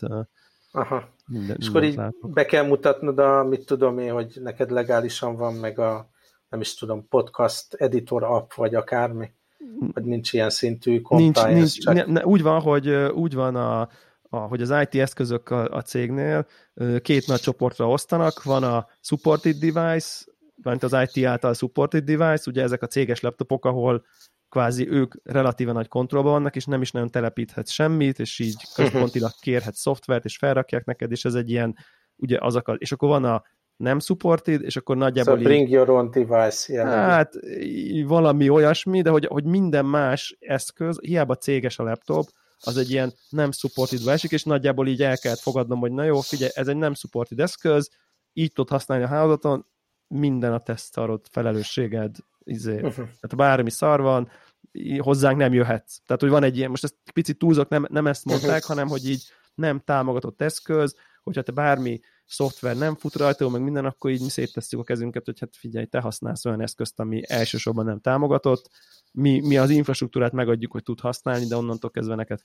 és akkor így látok. Be kell mutatnod mit tudom én, hogy neked legálisan van, meg nem is tudom, podcast editor app, vagy akármi, vagy nincs ilyen szintű compliance check. Úgy van, hogy az IT eszközök a cégnél két nagy csoportra osztanak, van a supported device, mint az IT által supported device, ugye ezek a céges laptopok, ahol kvázi ők relatíve nagy kontrollban vannak, és nem is nagyon telepíthetsz semmit, és így központilag kérhetsz szoftvert, és felrakják neked, és ez egy ilyen, ugye és akkor van a nem supported, és akkor nagyjából so bring your own device. Yeah. Hát valami olyasmi, de hogy minden más eszköz, hiába céges a laptop, az egy ilyen nem supported esik, és nagyjából így el kellett fogadnom, hogy na jó, figyelj, ez egy nem supported eszköz, így tudod használni a hálózaton, minden a tesztszarod felelősséged, tehát bármi szar van, hozzánk nem jöhetsz. Tehát, hogy van egy ilyen, most ezt picit túlzok, nem ezt mondták, hanem, hogy így nem támogatott eszköz, hogyha te bármi szoftver nem fut rajta, meg minden, akkor így mi széttesszük a kezünket, hogy hát figyelj, te használsz olyan eszközt, ami elsősorban nem támogatott, mi az infrastruktúrát megadjuk, hogy tud használni, de onnantól kezdve neked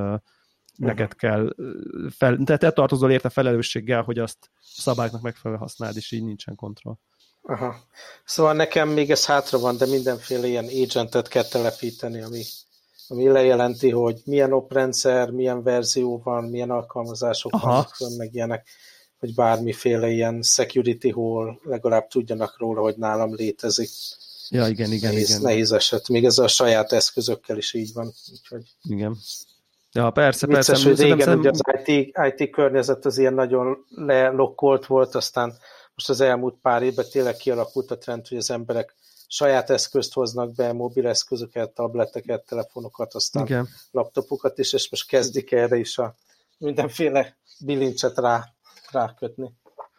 kell tehát te tartozol érte felelősséggel, hogy azt szabályoknak megfelelően használd, és így nincsen kontroll. Aha. Szóval nekem még ez hátra van, de mindenféle ilyen agentet kell telepíteni, ami lejelenti, hogy milyen oprendszer, milyen verzió van, milyen alkalmazások vannak, meg ilyenek, hogy bármiféle ilyen security hole legalább tudjanak róla, hogy nálam létezik. Ja, igen. Nehéz eset. Még ez a saját eszközökkel is így van. Úgyhogy... Igen. Ja, persze. Vicces, hogy régen ugye az IT környezet az ilyen nagyon lelokkolt volt, aztán most az elmúlt pár évben tényleg kialakult a trend, hogy az emberek saját eszközt hoznak be, mobileszközöket, tableteket, telefonokat, aztán laptopokat is, és most kezdik erre is a mindenféle bilincset rákötni.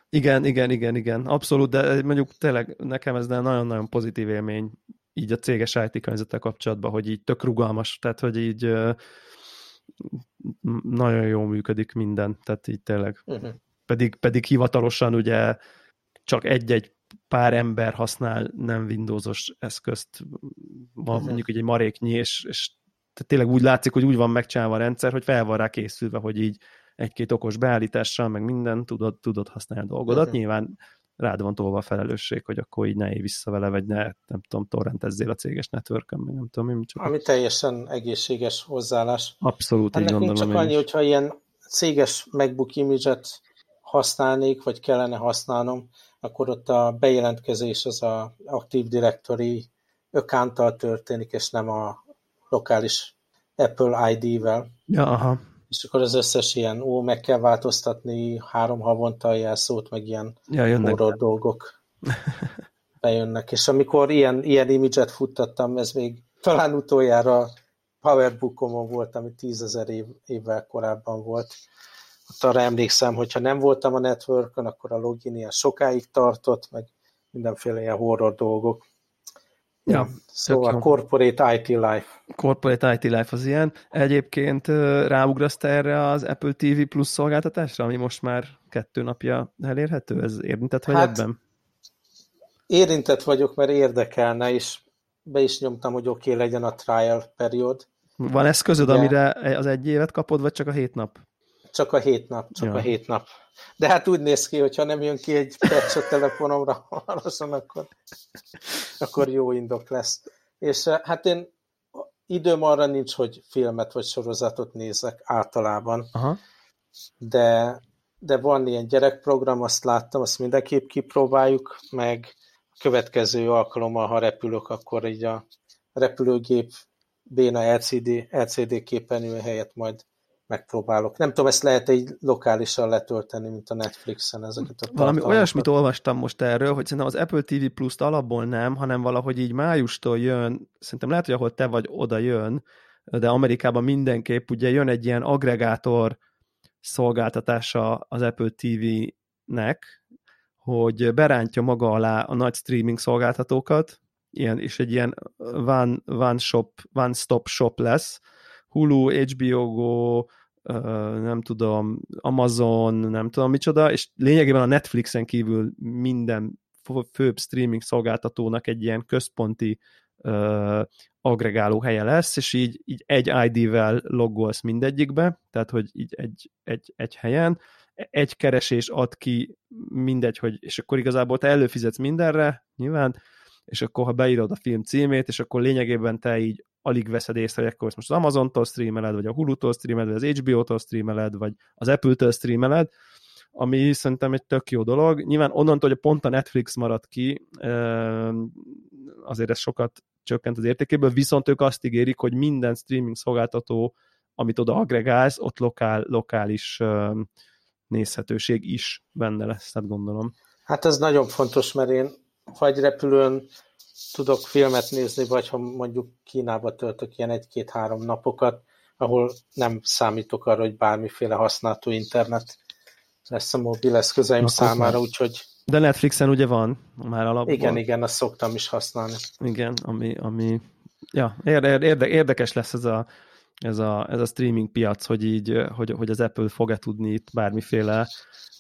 Igen. Abszolút, de mondjuk tényleg nekem ez nagyon-nagyon pozitív élmény így a céges IT környezettel kapcsolatban, hogy így tök rugalmas, tehát hogy így nagyon jól működik minden, tehát így tényleg. Pedig hivatalosan ugye csak egy pár ember használ nem Windowsos eszközt, mondjuk egy maréknyi, és tényleg úgy látszik, hogy úgy van megcsinálva a rendszer, hogy fel van rá készülve, hogy így egy-két okos beállítással, meg minden tudod használni a dolgodat. Nyilván rád van tolva a felelősség, hogy akkor így ne élj vissza vele, vagy nem tudom, torrentezzél a céges networkön, meg nem tudom, csak... Ami teljesen egészséges hozzáállás. Abszolút, ennek így gondolom. Csak annyi, hogyha ilyen céges MacBook Image-et használnék, vagy kellene használnom, akkor ott a bejelentkezés az a Active Directory account-tal történik, és nem a lokális Apple ID-vel. Ja, aha. És akkor az összes ilyen, meg kell változtatni 3 havonta a jelszót, meg ilyen horror dolgok bejönnek. És amikor ilyen image-et futtattam, ez még talán utoljára PowerBookomon volt, ami 10.000 évvel korábban volt. Ott arra emlékszem, hogyha nem voltam a networkön, akkor a login ilyen sokáig tartott, meg mindenféle ilyen horror dolgok. Ja, szóval Corporate IT Life. Corporate IT Life az ilyen. Egyébként ráugrasz te erre az Apple TV Plus szolgáltatásra, ami most már 2 napja elérhető? Ez érintett vagy ebben? Érintett vagyok, mert érdekelne, és be is nyomtam, hogy oké, legyen a trial period. Van eszközöd, amire az 1 évet kapod, vagy csak a 7 nap? Csak a 7 nap, a 7 nap. De hát úgy néz ki, hogyha nem jön ki egy patch a telefonomra hamarosan, akkor jó indok lesz. És hát én időm arra nincs, hogy filmet vagy sorozatot nézek általában. Aha. De van ilyen gyerekprogram, azt láttam, azt mindenképp kipróbáljuk, meg a következő alkalommal, ha repülök, akkor így a repülőgép béna LCD képernyő helyett majd megpróbálok. Nem tudom, ezt lehet így lokálisan letölteni, mint a Netflixen ezeket a tartalmakat. Valami olyasmit olvastam most erről, hogy szerintem az Apple TV Plus-t alapból nem, hanem valahogy így májustól jön, szerintem lehet, hogy ahol te vagy, oda jön, de Amerikában mindenképp ugye jön egy ilyen agregátor szolgáltatása az Apple TV-nek, hogy berántja maga alá a nagy streaming szolgáltatókat, és egy ilyen one-stop shop lesz. Hulu, HBO Go, nem tudom, Amazon, nem tudom micsoda, és lényegében a Netflixen kívül minden főbb streaming szolgáltatónak egy ilyen központi agregáló helye lesz, és így egy ID-vel loggolsz mindegyikbe, tehát hogy így egy helyen, egy keresés ad ki mindegy, hogy, és akkor igazából te előfizetsz mindenre, nyilván, és akkor ha beírod a film címét, és akkor lényegében te így alig veszed észre, hogy akkor most az Amazontól streameled, vagy a Hulu-tól streameled, vagy az HBO-tól streameled, vagy az Apple-től streameled, ami szerintem egy tök jó dolog. Nyilván onnantól, hogy pont a Netflix maradt ki, azért ez sokat csökkent az értékéből, viszont ők azt ígérik, hogy minden streaming szolgáltató, amit oda agregálsz, ott lokális nézhetőség is benne lesz, tehát gondolom. Hát ez nagyon fontos, mert én vagy repülőn tudok filmet nézni, vagy ha mondjuk Kínába töltök ilyen 1-2-3 napokat, ahol nem számítok arra, hogy bármiféle használható internet lesz a mobileszközeim számára, úgyhogy... De Netflixen ugye van már alapból. Igen, azt szoktam is használni. Igen, ami ja, érdekes lesz ez a streaming piac, hogy így, hogy az Apple fog-e tudni itt bármiféle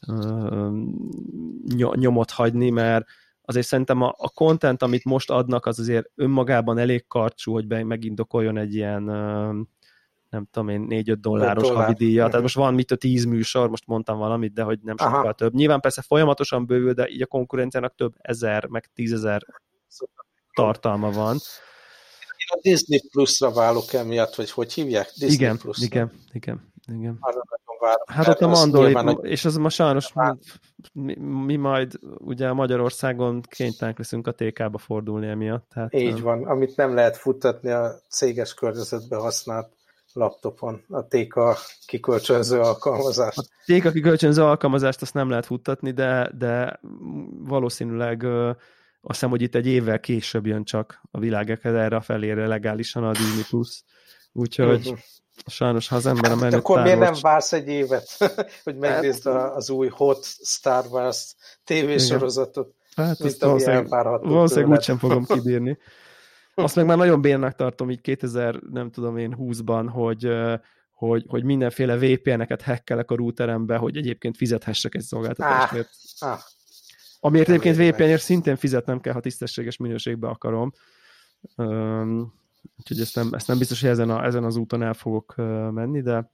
nyomot hagyni, mert azért szerintem a content, amit most adnak, az azért önmagában elég karcsú, hogy megindokoljon egy ilyen nem tudom én, $4-5 havidíja. Tehát most van 10 műsor, most mondtam valamit, de hogy nem sokkal több. Nyilván persze folyamatosan bővül, de így a konkurenciának több ezer, meg 10,000 tartalma van. Én a Disney Plus-ra válok emiatt, vagy hogy hívják? Disney Plus. Igen. Arra nagyon várom. Hát ott a Mandalorian, és az ma sajnos mi majd ugye Magyarországon kénytelenek leszünk a TK-ba fordulni emiatt. Tehát, így van, amit nem lehet futtatni a céges környezetben használt laptopon, a TK kikölcsönző alkalmazást. A TK kikölcsönző alkalmazást azt nem lehet futtatni, de valószínűleg azt hiszem, hogy itt egy évvel később jön csak a világ erre a felére legálisan a Disney Plus. Úgyhogy sajnos, ha az ember a menüt akkor miért nem vársz egy évet, hogy megnézd az új Hot Star Wars tévésorozatot, hát mint ami elvárható. Valószínűleg úgysem fogom kibírni. Azt meg már nagyon bénnek tartom így 2020-ban, hogy mindenféle VPN-eket hackelek a routerembe, hogy egyébként fizethessek egy szolgáltatásért. Amiért egyébként VPN-ért szintén fizetnem kell, ha tisztességes minőségbe akarom. Úgyhogy ezt nem biztos, hogy ezen az úton el fogok menni, de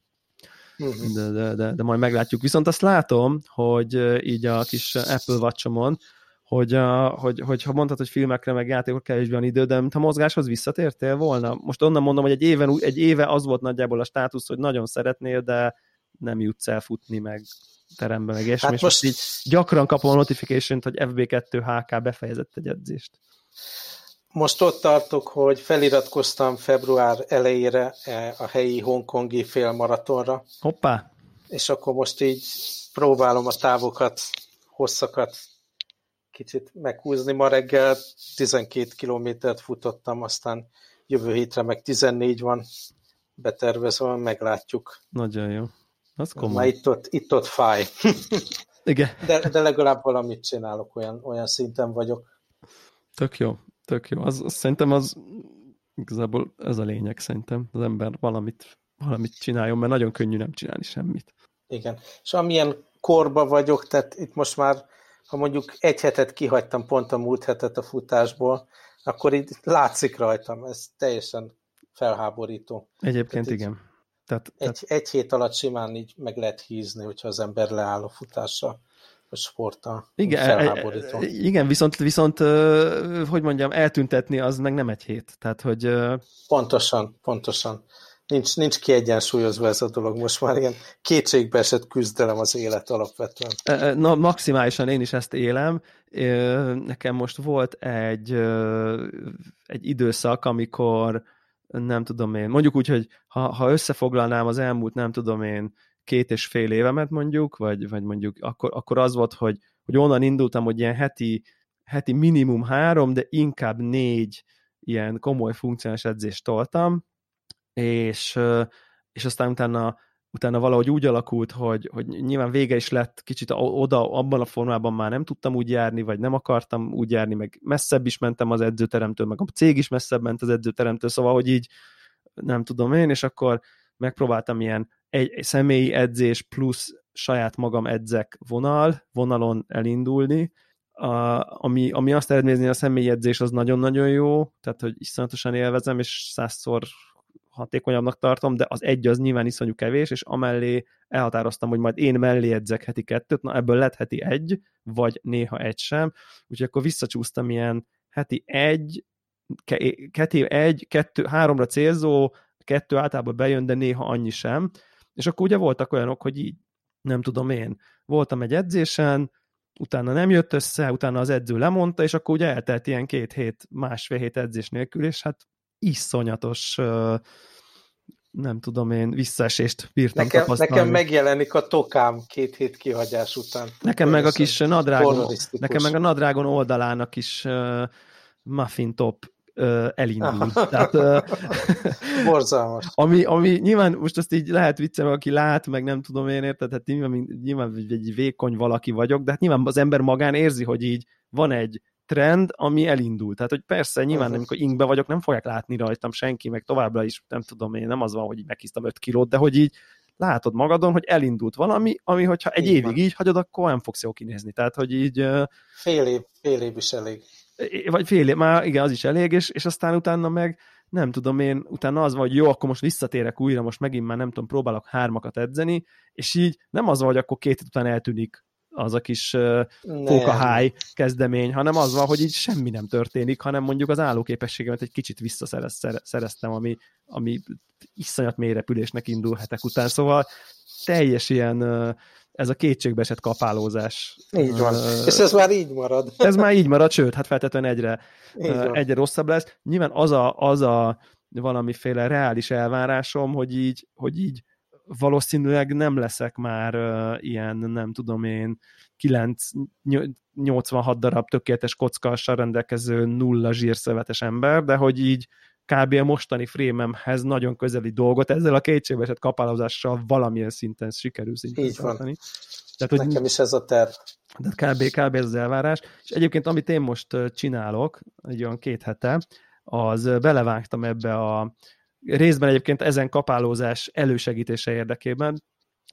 majd meglátjuk. Viszont azt látom, hogy így a kis Apple Watch-omon, hogy ha mondtad, hogy filmekre meg játékok kevésbé van idő, de ha mozgáshoz visszatértél volna? Most onnan mondom, hogy egy éve az volt nagyjából a státusz, hogy nagyon szeretnél, de nem jutsz el futni meg terembe, meg és most így gyakran kapom a notification-t, hogy FB2 HK befejezett egy edzést. Most ott tartok, hogy feliratkoztam február elejére a helyi hongkongi félmaratonra. Hoppá! És akkor most így próbálom a távokat, hosszakat kicsit meghúzni. Ma reggel 12 kilométert futottam, aztán jövő hétre meg 14 van betervezve, meglátjuk. Nagyon jó. Az komoly. Már itt-ott fáj. Igen. De legalább valamit csinálok, olyan szinten vagyok. Tök jó. Szerintem az igazából ez a lényeg, szerintem. Az ember valamit csináljon, mert nagyon könnyű nem csinálni semmit. Igen. És amilyen korba vagyok, tehát itt most már, ha mondjuk egy hetet kihagytam pont a múlt hetet a futásból, akkor így látszik rajtam. Ez teljesen felháborító. Egyébként igen. Egy hét alatt simán így meg lehet hízni, hogyha az ember leáll a futással, a sporttal. Igen, viszont hogy mondjam, eltüntetni az meg nem egy hét. Tehát, hogy... Pontosan. Nincs kiegyensúlyozva ez a dolog. Most már ilyen kétségbeesett küzdelem az élet alapvetően. Na, maximálisan én is ezt élem. Nekem most volt egy időszak, amikor nem tudom én, mondjuk úgy, hogy ha összefoglalnám az elmúlt, nem tudom én, 2,5 évemet mondjuk, vagy mondjuk akkor az volt, hogy onnan indultam, hogy ilyen heti minimum 3, de inkább 4 ilyen komoly funkcionális edzést toltam, és aztán utána valahogy úgy alakult, hogy nyilván vége is lett, kicsit oda, abban a formában már nem tudtam úgy járni, vagy nem akartam úgy járni, meg messzebb is mentem az edzőteremtől, meg a cég is messzebb ment az edzőteremtől, szóval, hogy így nem tudom én, és akkor megpróbáltam ilyen egy személyi edzés plusz saját magam edzek vonalon elindulni, ami azt eredményezni, a személyi edzés az nagyon-nagyon jó, tehát hogy iszonyatosan élvezem, és 100-szor hatékonyabbnak tartom, de az egy az nyilván iszonyú kevés, és amellé elhatároztam, hogy majd én mellé edzek heti 2, na ebből lett heti 1, vagy néha 1 sem, úgyhogy akkor visszacsúsztam ilyen heti 1, 2, 3-ra célzó, 2 általában bejön, de néha annyi sem, és akkor ugye voltak olyanok, hogy így, nem tudom én, voltam egy edzésen, utána nem jött össze, utána az edző lemondta, és akkor ugye eltelt ilyen 2 hét, másfél hét edzés nélkül, és hát iszonyatos, nem tudom én, visszaesést bírtam tapasztalni. Nekem megjelenik a tokám 2 hét kihagyás után. Nekem meg a kis nadrágon oldalának is muffin top elindult. Tehát, borzalmas. Ami nyilván most azt így lehet viccelni, aki lát, meg nem tudom én, érted, hát nyilván egy vékony valaki vagyok, de hát nyilván az ember magán érzi, hogy így van egy trend, ami elindult. Tehát, hogy persze, nyilván amikor inkbe vagyok, nem fogják látni rajtam senki, meg továbbra is, nem tudom én, nem az van, hogy így meghisztam 5 kilót, de hogy így látod magadon, hogy elindult valami, ami hogyha egy évig így hagyod, akkor nem fogsz jól kinézni. Tehát, hogy így... Fél év is elég. Vagy fél év, már igen, az is elég, és aztán utána meg nem tudom én, utána az van, hogy jó, akkor most visszatérek újra, most megint már nem tudom, próbálok 3-akat edzeni, és így nem az van, hogy akkor 2 hét után eltűnik az a kis pókaháj kezdemény, hanem az van, hogy így semmi nem történik, hanem mondjuk az állóképességemet egy kicsit visszaszereztem, ami iszonyat mélyrepülésnek indul hetek után, szóval teljes ilyen ez a kétségbeesett kapálózás. Így van. És ez már így marad. Ez már így marad, sőt, hát feltétlenül egyre rosszabb lesz. Nyilván az a valamiféle reális elvárásom, hogy így valószínűleg nem leszek már ilyen, nem tudom én, 86 darab tökéletes kockassal rendelkező nulla zsírszövetes ember, de hogy így kb. A mostani frémemhez nagyon közeli dolgot ezzel a kétségbeesett kapálózással valamilyen szinten sikerül tartani. Tehát, nekem is ez a terv. Tehát kb. Ez az elvárás. És egyébként, amit én most csinálok, egy olyan 2 hete, az belevágtam ebbe a részben egyébként ezen kapálózás elősegítése érdekében,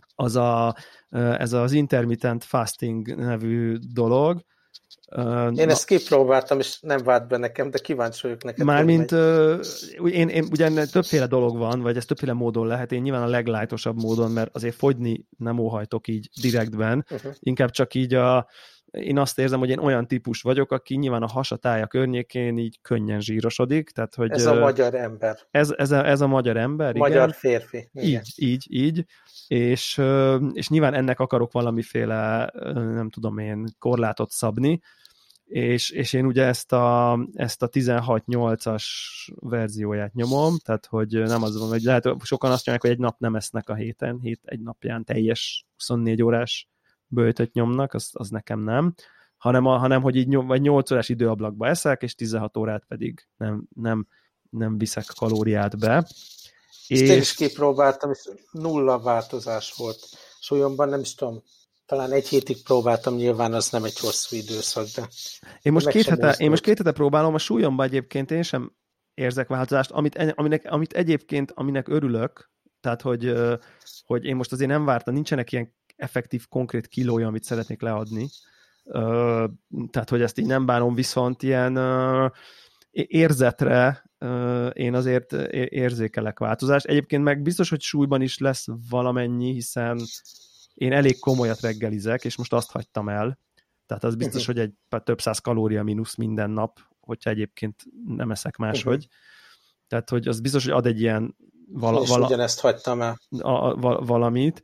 ez az intermittent fasting nevű dolog. Én ezt kipróbáltam, és nem vált be nekem, de kíváncsi vagyok neked. Mármint én ugye többféle dolog van, vagy ez többféle módon lehet, én nyilván a leglájtosabb módon, mert azért fogyni nem óhajtok így direktben, inkább csak így én azt érzem, hogy én olyan típus vagyok, aki nyilván a hasatája környékén így könnyen zsírosodik. Tehát, hogy ez a magyar ember. Ez a magyar ember, magyar igen. Férfi. Igen. Így. És nyilván ennek akarok valamiféle, nem tudom én, korlátot szabni, és én ugye ezt a 16-8-as verzióját nyomom, tehát hogy nem az van, hogy lehet, sokan azt mondják, hogy egy nap nem esznek a héten, egy napján teljes 24 órás böjtöt nyomnak, az nekem nem, hanem hogy így vagy 8 órás időablakba eszek, és 16 órát pedig nem viszek kalóriát be. És én is kipróbáltam, és nulla változás volt. Súlyomban nem is tudom, talán 1 hétig próbáltam, nyilván az nem egy hosszú időszak, de... Én most 2 hete próbálom, a súlyomban egyébként én sem érzek változást, amit egyébként, aminek örülök, tehát hogy én most azért nem vártam, nincsenek ilyen effektív, konkrét kilója, amit szeretnék leadni. Tehát, hogy ezt így nem bánom, viszont ilyen érzetre én azért érzékelek változást. Egyébként meg biztos, hogy súlyban is lesz valamennyi, hiszen én elég komolyat reggelizek, és most azt hagytam el. Tehát az biztos, hogy egy több száz kalória mínusz minden nap, hogyha egyébként nem eszek máshogy. Tehát, hogy az biztos, hogy ad egy ilyen ugyanezt hagytam el. Valamit.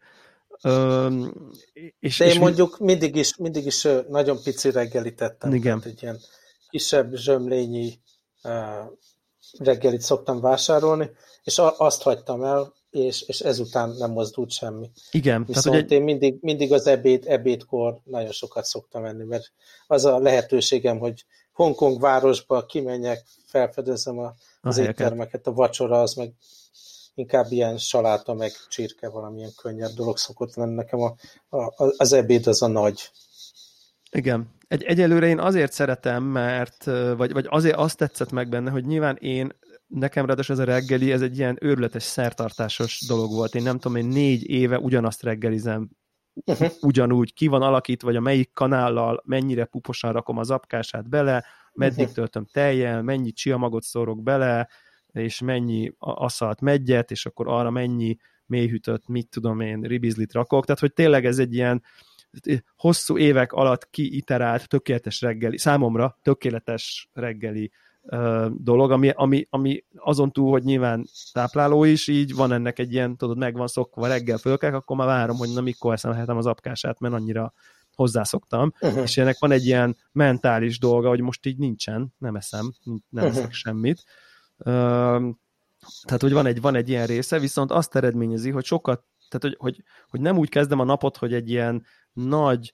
De én mondjuk mindig is nagyon pici reggelit ettem. Igen. Tehát egy ilyen kisebb zsömlényi reggelit szoktam vásárolni, és azt hagytam el, és ezután nem mozdult semmi. Igen. Viszont én mindig az ebédkor nagyon sokat szoktam enni, mert az a lehetőségem, hogy Hongkong városba kimenjek, felfedezem az éttermeket, a vacsora az meg inkább ilyen saláta, meg csirke, valamilyen könnyebb dolog szokott lenni. Nekem az ebéd az a nagy. Igen. Egyelőre én azért szeretem, mert, vagy azért azt tetszett meg benne, hogy nyilván nekem ráadásul ez a reggeli, ez egy ilyen őrületes szertartásos dolog volt. Én nem tudom, én 4 éve ugyanazt reggelizem, ugyanúgy ki van alakítva, vagy a melyik kanállal, mennyire puposan rakom az apkását bele, meddig töltöm tejjel, mennyi csiamagot szórok bele, és mennyi aszalt meggyet, és akkor arra mennyi mélyhűtött, mit tudom én, ribizlit rakok. Tehát, hogy tényleg ez egy ilyen hosszú évek alatt kiiterált tökéletes reggeli, számomra tökéletes reggeli dolog, ami azon túl, hogy nyilván tápláló is, így van ennek egy ilyen, tudod, meg van szokva, reggel fölkelek, akkor már várom, hogy na mikor eszem az apkását, mert annyira hozzászoktam, és ennek van egy ilyen mentális dolga, hogy most így nincsen, nem eszem, nem eszek semmit. Tehát, hogy van egy ilyen része, viszont azt eredményezi, hogy sokat, tehát, hogy nem úgy kezdem a napot, hogy egy ilyen nagy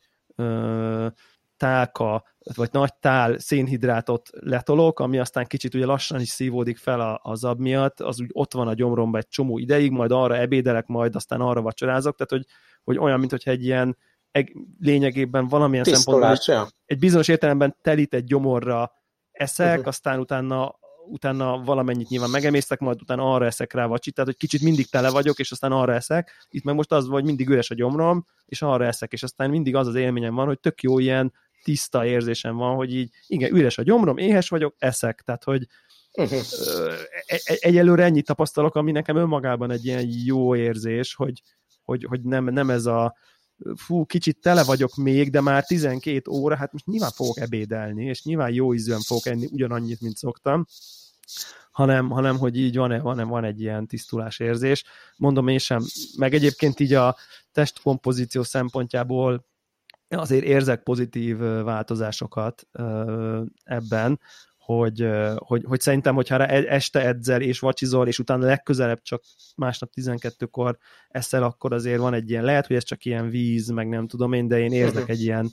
tálka, vagy nagy tál szénhidrátot letolok, ami aztán kicsit ugye lassan is szívódik fel a zab miatt, az úgy ott van a gyomromba egy csomó ideig, majd arra ebédelek, majd aztán arra vacsorázok, tehát hogy olyan, mintha egy ilyen lényegében valamilyen szempontból egy bizonyos értelemben telített gyomorra eszek, aztán utána valamennyit nyilván megemésztek, majd utána arra eszek rá vacsit, tehát hogy kicsit mindig tele vagyok, és aztán arra eszek. Itt meg most az, hogy mindig üres a gyomrom, és arra eszek, és aztán mindig az élményem van, hogy tök jó ilyen tiszta érzésem van, hogy így igen, üres a gyomrom, éhes vagyok, eszek, tehát hogy egyelőre ennyit tapasztalok, ami nekem önmagában egy ilyen jó érzés, hogy nem ez a kicsit tele vagyok még, de már 12 óra, hát most nyilván fogok ebédelni, és nyilván jó ízűen fogok enni ugyanannyit, mint szoktam, hanem hogy így van egy ilyen tisztulás érzés. Mondom én sem, meg egyébként így a testkompozíció szempontjából azért érzek pozitív változásokat ebben, hogy szerintem, hogyha este edzel és vacsizol, és utána legközelebb csak másnap 12-kor eszel, akkor azért van egy ilyen, lehet, hogy ez csak ilyen víz, meg nem tudom én, de én érzek egy ilyen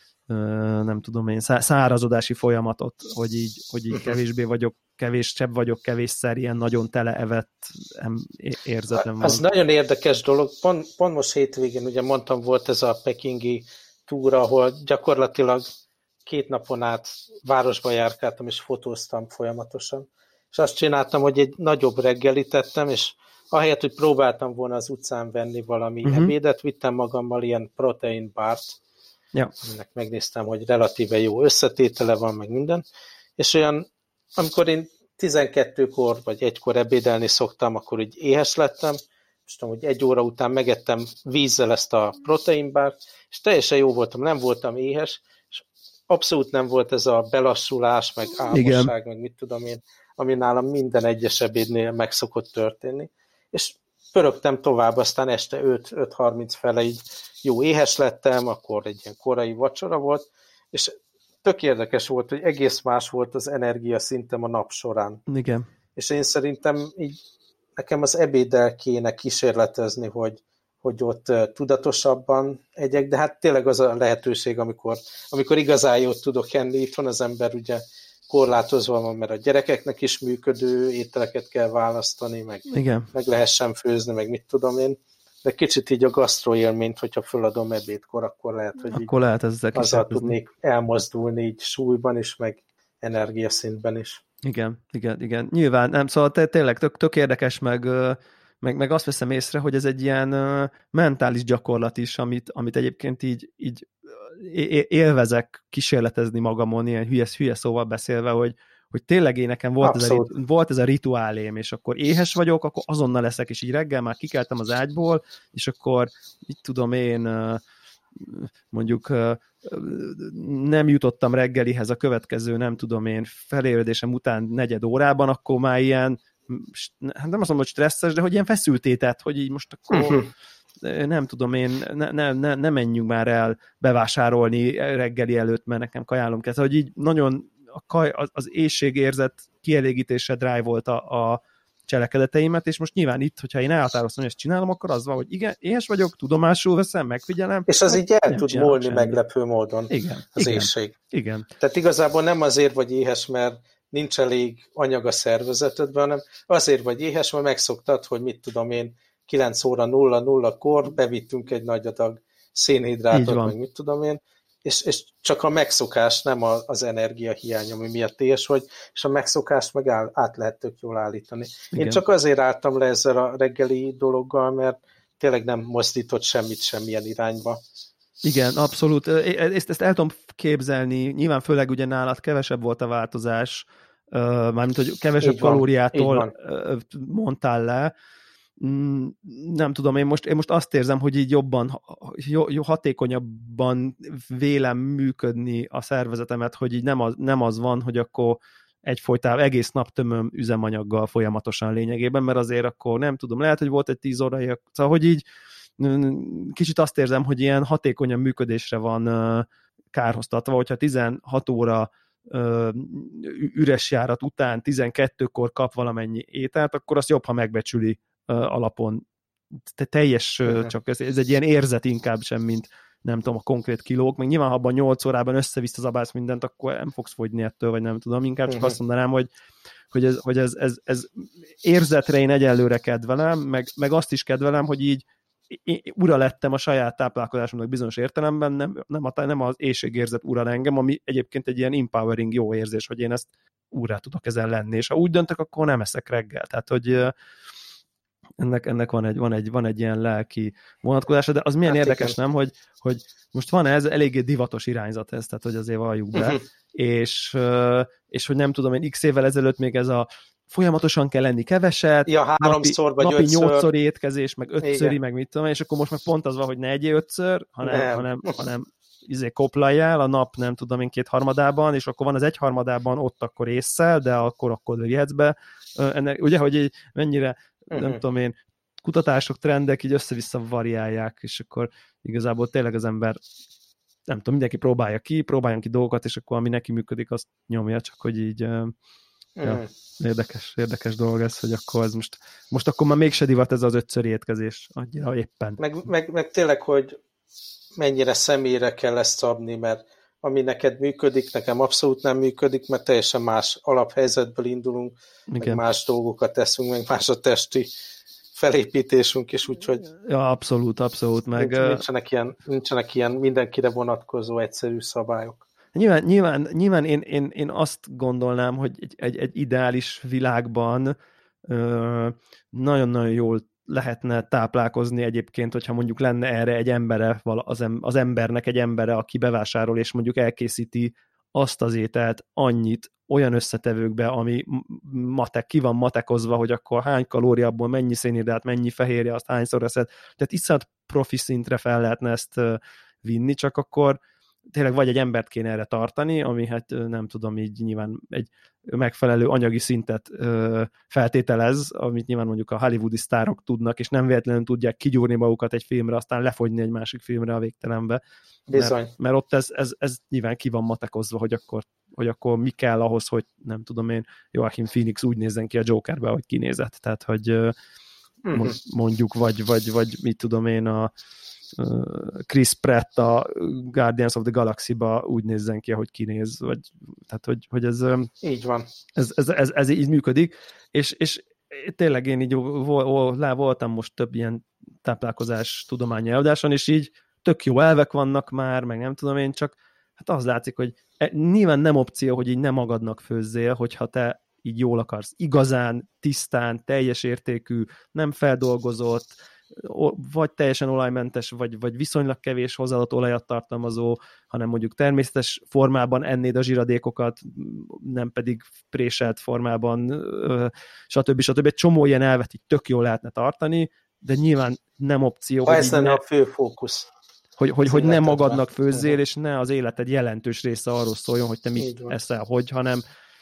nem tudom én, szárazodási folyamatot, hogy így kevésbé vagyok, kevésebb vagyok, kevésszer ilyen nagyon teleevett érzetem van. Az nagyon érdekes dolog. Pont most hétvégén, ugye mondtam, volt ez a pekingi túra, ahol gyakorlatilag 2 napon át városba járkáltam, és fotóztam folyamatosan. És azt csináltam, hogy egy nagyobb reggelit tettem, és ahelyett, hogy próbáltam volna az utcán venni valami ebédet, vittem magammal ilyen protein bárt, aminek megnéztem, hogy relatíve jó összetétele van, meg minden. És olyan, amikor én 12-kor vagy 1-kor ebédelni szoktam, akkor úgy éhes lettem, és tudom, hogy 1 óra után megettem vízzel ezt a proteinbárt, és teljesen jó voltam, nem voltam éhes, és abszolút nem volt ez a belassulás, meg álmosság, meg mit tudom én, ami nálam minden egyes ebédnél meg szokott történni. És pörögtem tovább, aztán este 5:30 fele így jó éhes lettem, akkor egy ilyen korai vacsora volt, és tök érdekes volt, hogy egész más volt az energia szintem a nap során. Igen. És én szerintem így nekem az ebéddel kéne kísérletezni, hogy ott tudatosabban egyek, de hát tényleg az a lehetőség, amikor igazán jót tudok enni, itt van az ember ugye korlátozva van, mert a gyerekeknek is működő ételeket kell választani, meg lehessen főzni, meg mit tudom én, de kicsit így a gasztroélményt, hogyha föladom ebédkor, akkor lehet, hogy akkor lehet azzal tudnék elmozdulni így súlyban is, meg energiaszintben is. Igen. Nyilván, nem, szóval tényleg tök érdekes, meg azt veszem észre, hogy ez egy ilyen mentális gyakorlat is, amit egyébként így élvezek kísérletezni magamon, ilyen hülye szóval beszélve, hogy tényleg én nekem volt ez a rituálém, és akkor éhes vagyok, akkor azonnal leszek, és így reggel már kikeltem az ágyból, és akkor mit tudom én, mondjuk nem jutottam reggelihez a következő, nem tudom én, felébredésem után 4 órában, akkor már ilyen, hát nem azt mondom, hogy stresszes, de hogy ilyen feszültétet, hogy így most akkor nem tudom én, ne menjünk már el bevásárolni reggeli előtt, mert nekem kajálom kell. Hogy így nagyon az éhségérzet kielégítése drive-olta a cselekedeteimet, és most nyilván itt, hogyha én elhatároztam, hogy ezt csinálom, akkor az van, hogy igen, éhes vagyok, tudomásul veszem, megfigyelem. És az így el tud múlni meglepő módon, az éhség. Igen. Tehát igazából nem azért vagy éhes, mert nincs elég anyag a szervezetedben, hanem azért vagy éhes, mert megszoktad, hogy mit tudom én, 9 óra 00-kor bevittünk egy nagy adag szénhidrátot, meg mit tudom én, és csak a megszokás, nem az energiahiány, ami miatt éhes vagy, és a megszokást meg át lehet tök jól állítani. Igen. Én csak azért álltam le ezzel a reggeli dologgal, mert tényleg nem mozdított semmit semmilyen irányba. Igen, abszolút. Ezt el tudom képzelni, nyilván főleg ugye nálad kevesebb volt a változás, mármint, hogy kevesebb kalóriától mondtál le. Nem tudom, én most azt érzem, hogy így jobban, hatékonyabban vélem működni a szervezetemet, hogy így nem az van, hogy akkor egyfolytában egész nap tömöm üzemanyaggal folyamatosan lényegében, mert azért akkor nem tudom, lehet, hogy volt egy 10 órai, szóval, hogy így kicsit azt érzem, hogy ilyen hatékonyabb működésre van kárhoztatva, hogyha 16 óra üres járat után 12-kor kap valamennyi ételt, akkor azt jobb, ha megbecsüli alapon. Teljes, csak ez egy ilyen érzet inkább sem, mint nem tudom, a konkrét kilók, meg nyilván, ha abban 8 órában össze-visszazabálsz mindent, akkor nem fogsz fogyni ettől, vagy nem tudom, inkább csak azt mondanám, hogy ez érzetre én egyelőre kedvelem, meg azt is kedvelem, hogy így ura lettem a saját táplálkozásomnak bizonyos értelemben, nem az éhségérzet ura engem, ami egyébként egy ilyen empowering jó érzés, hogy én ezt úrrá tudok ezen lenni, és ha úgy döntök, akkor nem eszek reggel. Tehát, hogy ennek van egy ilyen lelki vonatkozása, de az milyen érdekes, igen. Nem, hogy most van ez eléggé divatos irányzat ez, tehát hogy azért valljuk be, és hogy nem tudom, én x évvel ezelőtt még ez a folyamatosan kell lenni keveset, ja, 3-szor vagy napi 8-szor étkezés, meg 5-szöri, meg mit tudom, és akkor most meg pont az van, hogy ne egyél 5-ször, hanem koplaljál a nap, nem tudom én, 2/3, és akkor van az 1/3, ott akkor ésszel, de akkor vihetsz be. Ugye, hogy mennyire, nem tudom én, kutatások, trendek így össze-vissza variálják, és akkor igazából tényleg az ember, nem tudom, mindenki próbáljon ki dolgokat, és akkor ami neki működik, azt nyomja, csak hogy így érdekes dolog ez, hogy akkor ez most akkor már mégse divat ez az 5-szöri étkezés, annyira éppen. Meg tényleg, hogy mennyire személyre kell ezt szabni, mert ami neked működik, nekem abszolút nem működik, mert teljesen más alaphelyzetből indulunk, meg más dolgokat teszünk, meg más a testi felépítésünk is, úgyhogy ja, abszolút. Meg nincsenek ilyen mindenkire vonatkozó egyszerű szabályok. Nyilván én azt gondolnám, hogy egy ideális világban nagyon-nagyon jól lehetne táplálkozni egyébként, hogyha mondjuk lenne erre egy embere, az embernek egy embere, aki bevásárol, és mondjuk elkészíti azt az ételt annyit, olyan összetevőkbe, ami ki van matekozva, hogy akkor hány kalória abból, mennyi szénhidrát, mennyi fehérje, azt hányszor eszed. Tehát iszonyat profi szintre fel lehetne ezt vinni, csak akkor tényleg vagy egy embert kéne erre tartani, ami hát nem tudom, így nyilván egy megfelelő anyagi szintet feltételez, amit nyilván mondjuk a hollywoodi sztárok tudnak, és nem véletlenül tudják kigyúrni magukat egy filmre, aztán lefogyni egy másik filmre a végtelenbe. Mert ott ez nyilván ki van matekozva, hogy akkor mi kell ahhoz, hogy nem tudom én, Joaquin Phoenix úgy nézzen ki a Jokerbe, ahogy kinézett. Tehát, hogy mondjuk, vagy mit tudom én, a Chris Pratt a Guardians of the Galaxy-ba úgy nézzen ki, ahogy kinéz, tehát hogy ez így van. Ez így működik, és tényleg én így voltam most több ilyen táplálkozás tudományi előadáson, és így tök jó elvek vannak már, meg nem tudom én, csak hát az látszik, hogy nyilván nem opció, hogy így nem magadnak főzzél, hogyha te így jól akarsz, igazán, tisztán, teljes értékű, nem feldolgozott, vagy teljesen olajmentes, vagy viszonylag kevés hozzáadott olajat tartalmazó, hanem mondjuk természetes formában ennéd a zsiradékokat, nem pedig préselt formában, stb. Egy csomó ilyen elvet így tök jól lehetne tartani, de nyilván nem opció. Ha ez lenne a fő fókusz. Hogy nem magadnak főzzél, és ne az életed jelentős része arról szóljon, hogy te mit eszel, hanem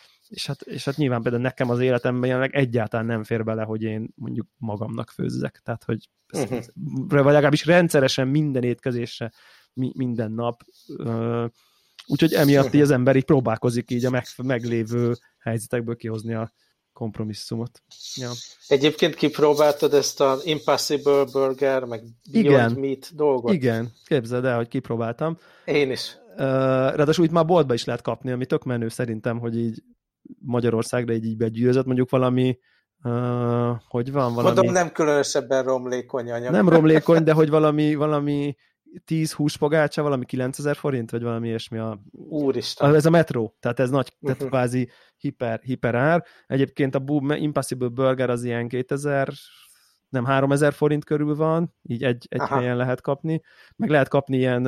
és hát nyilván például nekem az életemben jelenleg egyáltalán nem fér bele, hogy én mondjuk magamnak főzzek. Tehát, hogy vagy legalábbis rendszeresen minden étkezésre, minden nap Úgyhogy emiatt így az ember így próbálkozik így a meglévő helyzetekből kihozni a kompromisszumot. Ja. Egyébként kipróbáltad ezt a Impossible Burger, meg Beyond Meat dolgot? Igen, képzeld el, hogy kipróbáltam. Én is. Ráadásul itt már boltba is lehet kapni, ami tök menő szerintem, hogy így Magyarországra így begyűrözött, mondjuk valami, hogy van valami... Mondom, nem különösebben romlékony anyag. Nem romlékony, de hogy valami 10 húspogácsa, valami 9000 forint, vagy valami ilyesmi. Úristen. Ez a Metro, tehát ez nagy, tehát kvázi hiper ár. Egyébként a Impossible Burger az ilyen 3000 forint körül van, így egy helyen lehet kapni. Meg lehet kapni ilyen,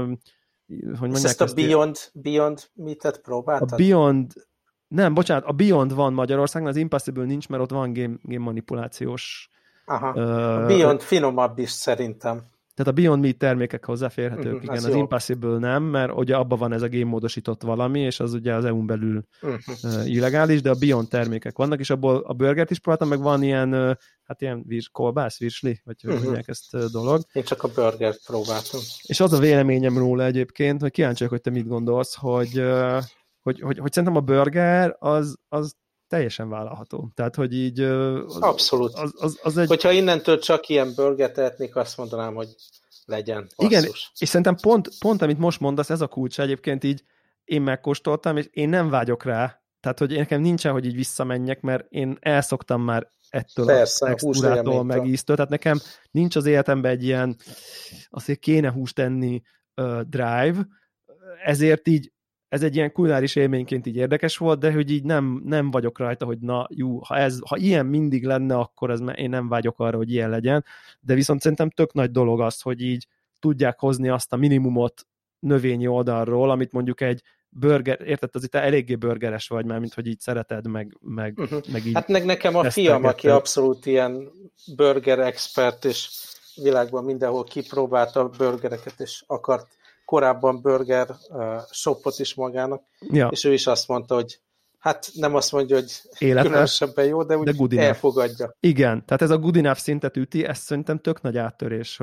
hogy mondják ezt a Beyond Meat-et próbáltad? A Beyond, nem, bocsánat, a Beyond van Magyarországon, az Impossible nincs, mert ott van game manipulációs. Aha. A Beyond finomabb is szerintem. Tehát a Beyond Meat termékek hozzáférhetők, igen, az Impossible nem, mert ugye abban van ez a génmódosított valami, és az ugye az EU-n belül illegális, de a Beyond termékek vannak, és abból a burgert is próbáltam, meg van ilyen, hát ilyen kolbász, virsli, vagy hogy mondják ezt dolog. Én csak a burgert próbáltam. És az a véleményem róla egyébként, hogy kíváncsiak, hogy te mit gondolsz, hogy szerintem a burger az teljesen vállalható. Tehát, hogy így... Abszolút. Az egy... Hogyha innentől csak ilyen burgert ehetnék, azt mondanám, hogy legyen. Basszus. Igen, és szerintem pont amit most mondasz, ez a kulcs egyébként így én megkóstoltam, és én nem vágyok rá. Tehát, hogy nekem nincsen, hogy így visszamenjek, mert én elszoktam már ettől a textúrától, meg íztől. Tehát nekem nincs az életemben egy ilyen, azért kéne húst enni drive, ezért így ez egy ilyen kulináris élményként így érdekes volt, de hogy így nem vagyok rajta, hogy na jó, ha ilyen mindig lenne, akkor én nem vágyok arra, hogy ilyen legyen, de viszont szerintem tök nagy dolog az, hogy így tudják hozni azt a minimumot növényi oldalról, amit mondjuk egy burger, érted, az itt eléggé burgeres vagy már, mint hogy így szereted, meg így... Hát nekem a fiam, aki abszolút ilyen burger expert, és világban mindenhol kipróbálta a burgereket, és akart korábban burger shopot is magának, és ő is azt mondta, hogy hát nem azt mondja, hogy különösebben jó, de úgy elfogadja. Igen, tehát ez a good enough szintet üti, ez szerintem tök nagy áttörés,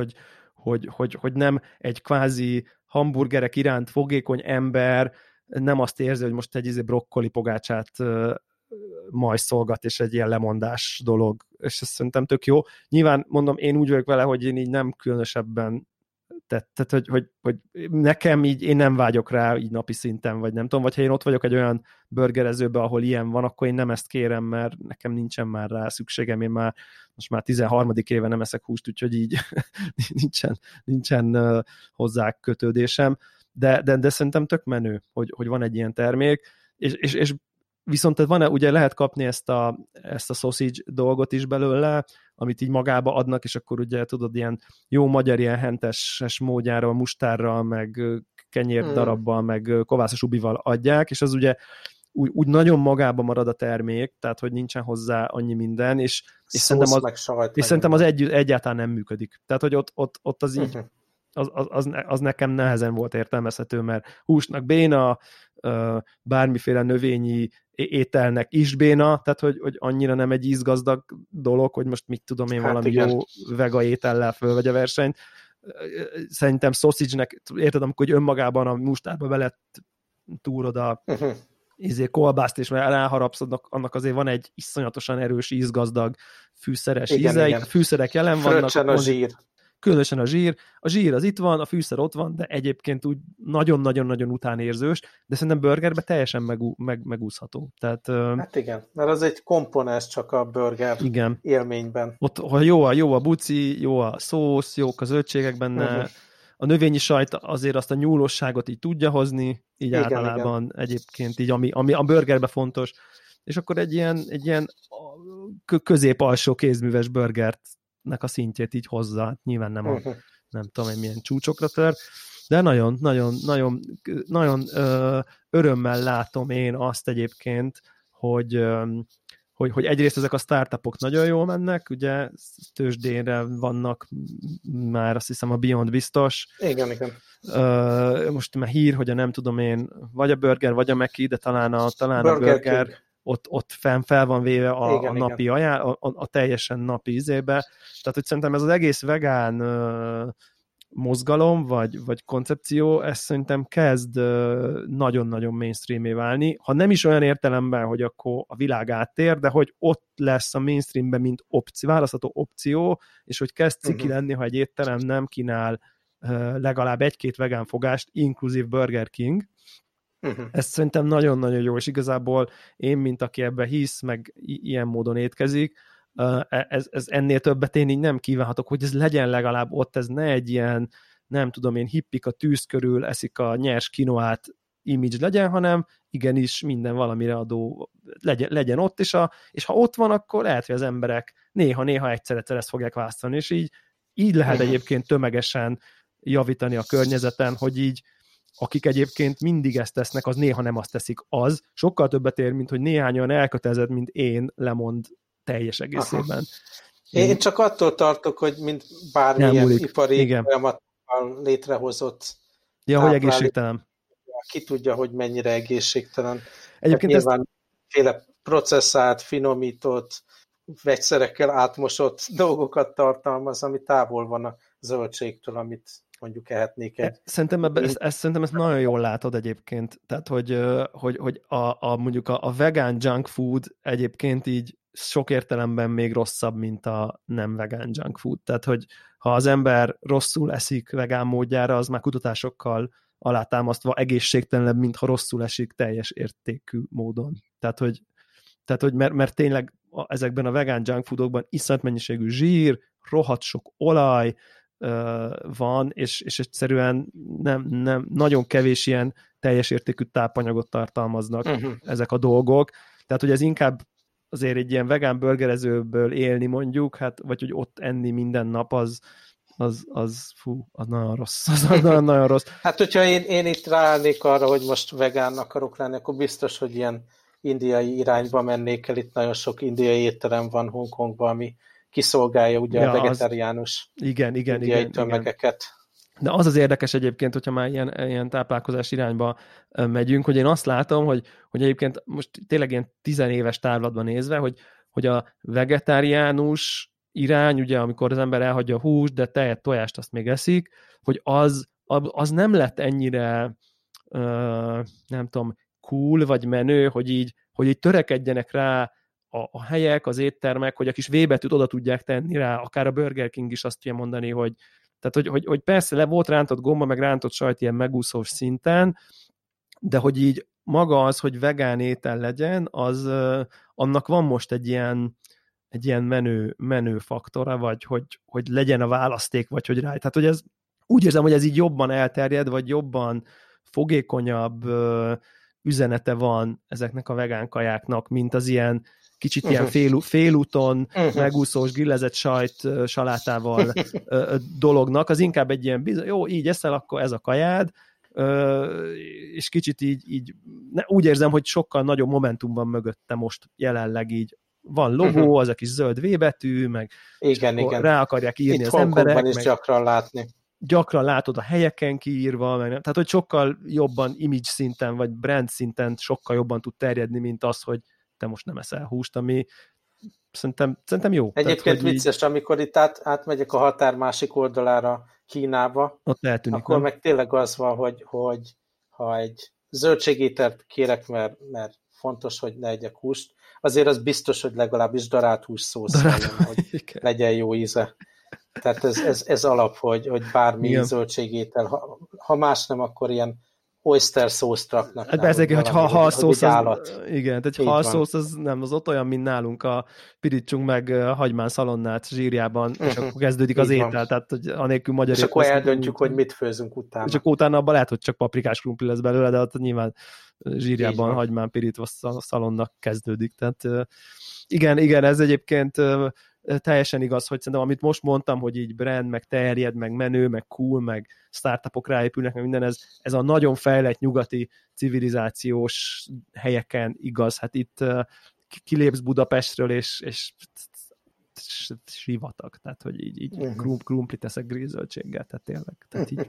hogy nem egy kvázi hamburgerek iránt fogékony ember nem azt érzi, hogy most egy brokkoli pogácsát majszolgat, és egy ilyen lemondás dolog, és ez szerintem tök jó. Nyilván mondom, én úgy vagyok vele, hogy én így nem különösebben tehát, hogy nekem így én nem vágyok rá így napi szinten, vagy nem tudom, vagy ha én ott vagyok egy olyan burgerezőben, ahol ilyen van, akkor én nem ezt kérem, mert nekem nincsen már rá szükségem, én most már 13. éve nem eszek húst, úgyhogy így nincsen hozzá kötődésem, de szerintem tök menő, hogy van egy ilyen termék, és viszont ugye lehet kapni ezt a sausage dolgot is belőle, amit így magába adnak, és akkor ugye tudod, ilyen jó magyar, ilyen hentes módjára, mustárral, meg kenyérdarabbal, meg kovászos ubival adják, és az ugye úgy nagyon magába marad a termék, tehát hogy nincsen hozzá annyi minden, és szerintem az egyáltalán nem működik. Tehát, hogy ott az így az nekem nehezen volt értelmezhető, mert húsnak béna, bármiféle növényi ételnek is béna, tehát hogy annyira nem egy ízgazdag dolog, hogy most mit tudom én, valami igen. Jó vega étellel fölvegy a versenyt. Szerintem sausage-nek, érted, amikor önmagában a mustárba bele túrod a kolbászt, és ráharapszod, annak azért van egy iszonyatosan erős, ízgazdag, fűszeres íze. Igen. A fűszerek jelen vannak. A zsír. Különösen a zsír. A zsír az itt van, a fűszer ott van, de egyébként úgy nagyon-nagyon-nagyon utánérzős, de szerintem burgerben teljesen megúszható. Tehát, hát igen, mert az egy komponens csak a burger igen. élményben. Ott jó a buci, jó a szósz, jók a zöldségek benne, a növényi sajt azért azt a nyúlosságot így tudja hozni, így igen, általában igen. Egyébként így, ami a burgerben fontos, és akkor egy ilyen közép-alsó kézműves burgert nek a szintjét így hozzá, nyilván nem tudom, hogy milyen csúcsokra tör, de nagyon örömmel látom én azt egyébként, hogy egyrészt ezek a startupok nagyon jól mennek, ugye tőzsdére vannak már, azt hiszem a Beyond biztos. Igen. Most már hír, hogy nem tudom én, vagy a burger, vagy a Meki, de talán a burger ott fel van véve a napi a teljesen napi ízébe. Tehát, hogy szerintem ez az egész vegán mozgalom, vagy koncepció, ez szerintem kezd nagyon-nagyon mainstreamé válni. Ha nem is olyan értelemben, hogy akkor a világ áttér, de hogy ott lesz a mainstreamben, mint választható opció, és hogy kezd ciki lenni, ha egy étterem nem kínál legalább egy-két vegán fogást, inkluzív Burger King. Ez szerintem nagyon-nagyon jó, és igazából én, mint aki ebbe hisz, meg ilyen módon étkezik, ez ennél többet én így nem kívánhatok, hogy ez legyen legalább ott, ez ne egy ilyen, nem tudom én, hippik a tűz körül, eszik a nyers kinoát image legyen, hanem igenis minden valamire adó legyen ott, és ha ott van, akkor lehet, hogy az emberek néha egyszer ezt fogják választani, és így lehet egyébként tömegesen javítani a környezeten, hogy így akik egyébként mindig ezt tesznek, az néha nem azt teszik, az sokkal többet ér, mint hogy néhány olyan elkötelezett, mint én lemond teljes egészében. Én csak attól tartok, hogy mint bármilyen ipari folyamatban létrehozott hogy egészségtelen. Ki tudja, hogy mennyire egészségtelen. Egyébként nyilván féle processzált, finomított, vegyszerekkel átmosott dolgokat tartalmaz, ami távol van a zöldségtől, amit mondjuk ehetnék egy... Szerintem ezt nagyon jól látod egyébként. Tehát, hogy mondjuk a vegán junk food egyébként így sok értelemben még rosszabb, mint a nem vegán junk food. Tehát, hogy ha az ember rosszul eszik vegán módjára, az már kutatásokkal alátámasztva egészségtelenebb, mint ha rosszul esik teljes értékű módon. Tehát, hogy mert tényleg ezekben a vegán junk foodokban iszonyat mennyiségű zsír, rohadt sok olaj van, és egyszerűen nem nagyon kevés ilyen teljes értékű tápanyagot tartalmaznak ezek a dolgok. Tehát, hogy ez inkább azért egy ilyen vegán burgerezőből élni mondjuk, hát, vagy hogy ott enni minden nap, az nagyon rossz. Az nagyon rossz. Hát, hogyha én itt ráállnék arra, hogy most vegán akarok lenni, akkor biztos, hogy ilyen indiai irányba mennék el. Itt nagyon sok indiai étterem van Hongkongban, ami kiszolgálja ugye a vegetariánus indiai tömegeket. De az érdekes egyébként, hogyha már ilyen táplálkozás irányba megyünk, hogy én azt látom, hogy egyébként most tényleg ilyen 10 éves távlatban nézve, hogy a vegetáriánus irány, ugye amikor az ember elhagyja a húst, de tejet, tojást azt még eszik, hogy az nem lett ennyire nem tudom, cool vagy menő, hogy így törekedjenek rá a helyek, az éttermek, hogy a kis V-betűt oda tudják tenni rá, akár a Burger King is azt tudja mondani, hogy persze volt rántott gomba, meg rántott sajt ilyen megúszós szinten, de hogy így maga az, hogy vegán étel legyen, az annak van most egy ilyen menő faktora, vagy hogy legyen a választék, vagy hogy rá. Tehát, hogy ez úgy érzem, hogy ez így jobban elterjed, vagy jobban fogékonyabb üzenete van ezeknek a vegán kajáknak, mint az ilyen kicsit ilyen félúton megúszós, grillezett sajt salátával dolognak, az inkább egy ilyen jó, így eszel, akkor ez a kajád, és kicsit így úgy érzem, hogy sokkal nagyobb momentum van mögötte most jelenleg így. Van logó, az a kis zöld V-betű, meg igen. rá akarják írni itt az emberek. Is gyakran látni. Gyakran látod a helyeken kiírva, meg nem. Tehát, hogy sokkal jobban image szinten, vagy brand szinten sokkal jobban tud terjedni, mint az, hogy te most nem eszel húst, ami szerintem jó. Egyébként tehát, vicces, amikor itt átmegyek a határ másik oldalára, Kínába, ott eltűnik, akkor nem? meg tényleg az van, hogy ha egy zöldségételt kérek, mert fontos, hogy ne egyek húst, azért az biztos, hogy legalábbis darált hússzósz hogy legyen jó íze. Tehát ez alap, hogy bármi zöldségétel, ha más nem, akkor ilyen oyster szószt raknak. Hát persze, hogy halszósz, igen, egy halszósz az nem, az ott olyan, mint nálunk a pirítsunk meg hagymán szalonnát zsírjában, és akkor kezdődik az étel, tehát hogy anélkül magyar. És akkor eldöntjük, hogy mit főzünk utána. És akkor utána abban lehet, hogy csak paprikás krumpli lesz belőle, de ott nyilván zsírjában hagymán pirítva szalonnak kezdődik. Tehát igen, ez egyébként teljesen igaz, hogy szerintem, amit most mondtam, hogy így brand, meg terjed, meg menő, meg cool, meg startupok ráépülnek, meg minden, ez a nagyon fejlett nyugati civilizációs helyeken igaz. Hát itt kilépsz Budapestről, és sivatag, tehát hogy így krumpli teszek grízöltséggel, tehát tényleg. Tehát így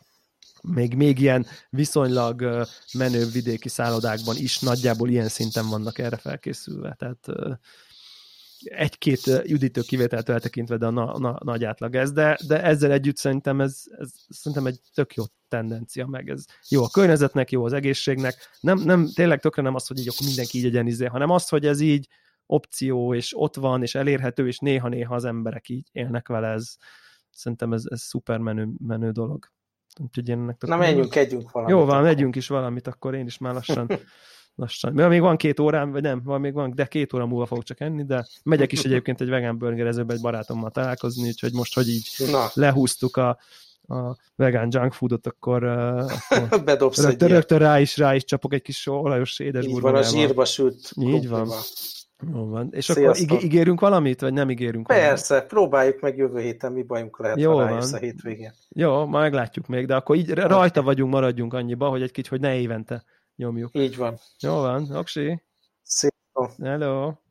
még ilyen viszonylag menőbb vidéki szállodákban is nagyjából ilyen szinten vannak erre felkészülve, tehát egy-két üdítő kivételt eltekintve, de a nagy átlag ez, de ezzel együtt szerintem ez szerintem egy tök jó tendencia, meg ez jó a környezetnek, jó az egészségnek, nem tényleg tökre nem az, hogy így akkor mindenki így egyenizé, hanem az, hogy ez így opció, és ott van, és elérhető, és néha-néha az emberek így élnek vele, szerintem ez szuper menő dolog. Úgyhogy én ennek na menjünk, együnk valamit. Jó van, együnk is valamit, akkor én is már lassan. Még van 2 órám, vagy nem, még van, de 2 óra múlva fogok csak enni, de megyek is egyébként egy vegán burgerezőbe egy barátommal találkozni, úgyhogy most, hogy így lehúztuk a vegán junk foodot, akkor rögtön rá is csapok egy kis olajos édes burgonyával. Így van, a zsírba sült így van. Jó van. És sziasztok. Akkor ígérünk valamit, vagy nem ígérünk valamit? Persze, próbáljuk meg jövő héten, mi bajunk lehet, jó ha rájössz a hétvégén. Jó, majd meglátjuk még, de akkor így rajta vagyunk, maradjunk annyiba, hogy egy kicsit, hogy ne évente nyomjuk. Így van. Jó van, oksi. Sziasztok. Hello.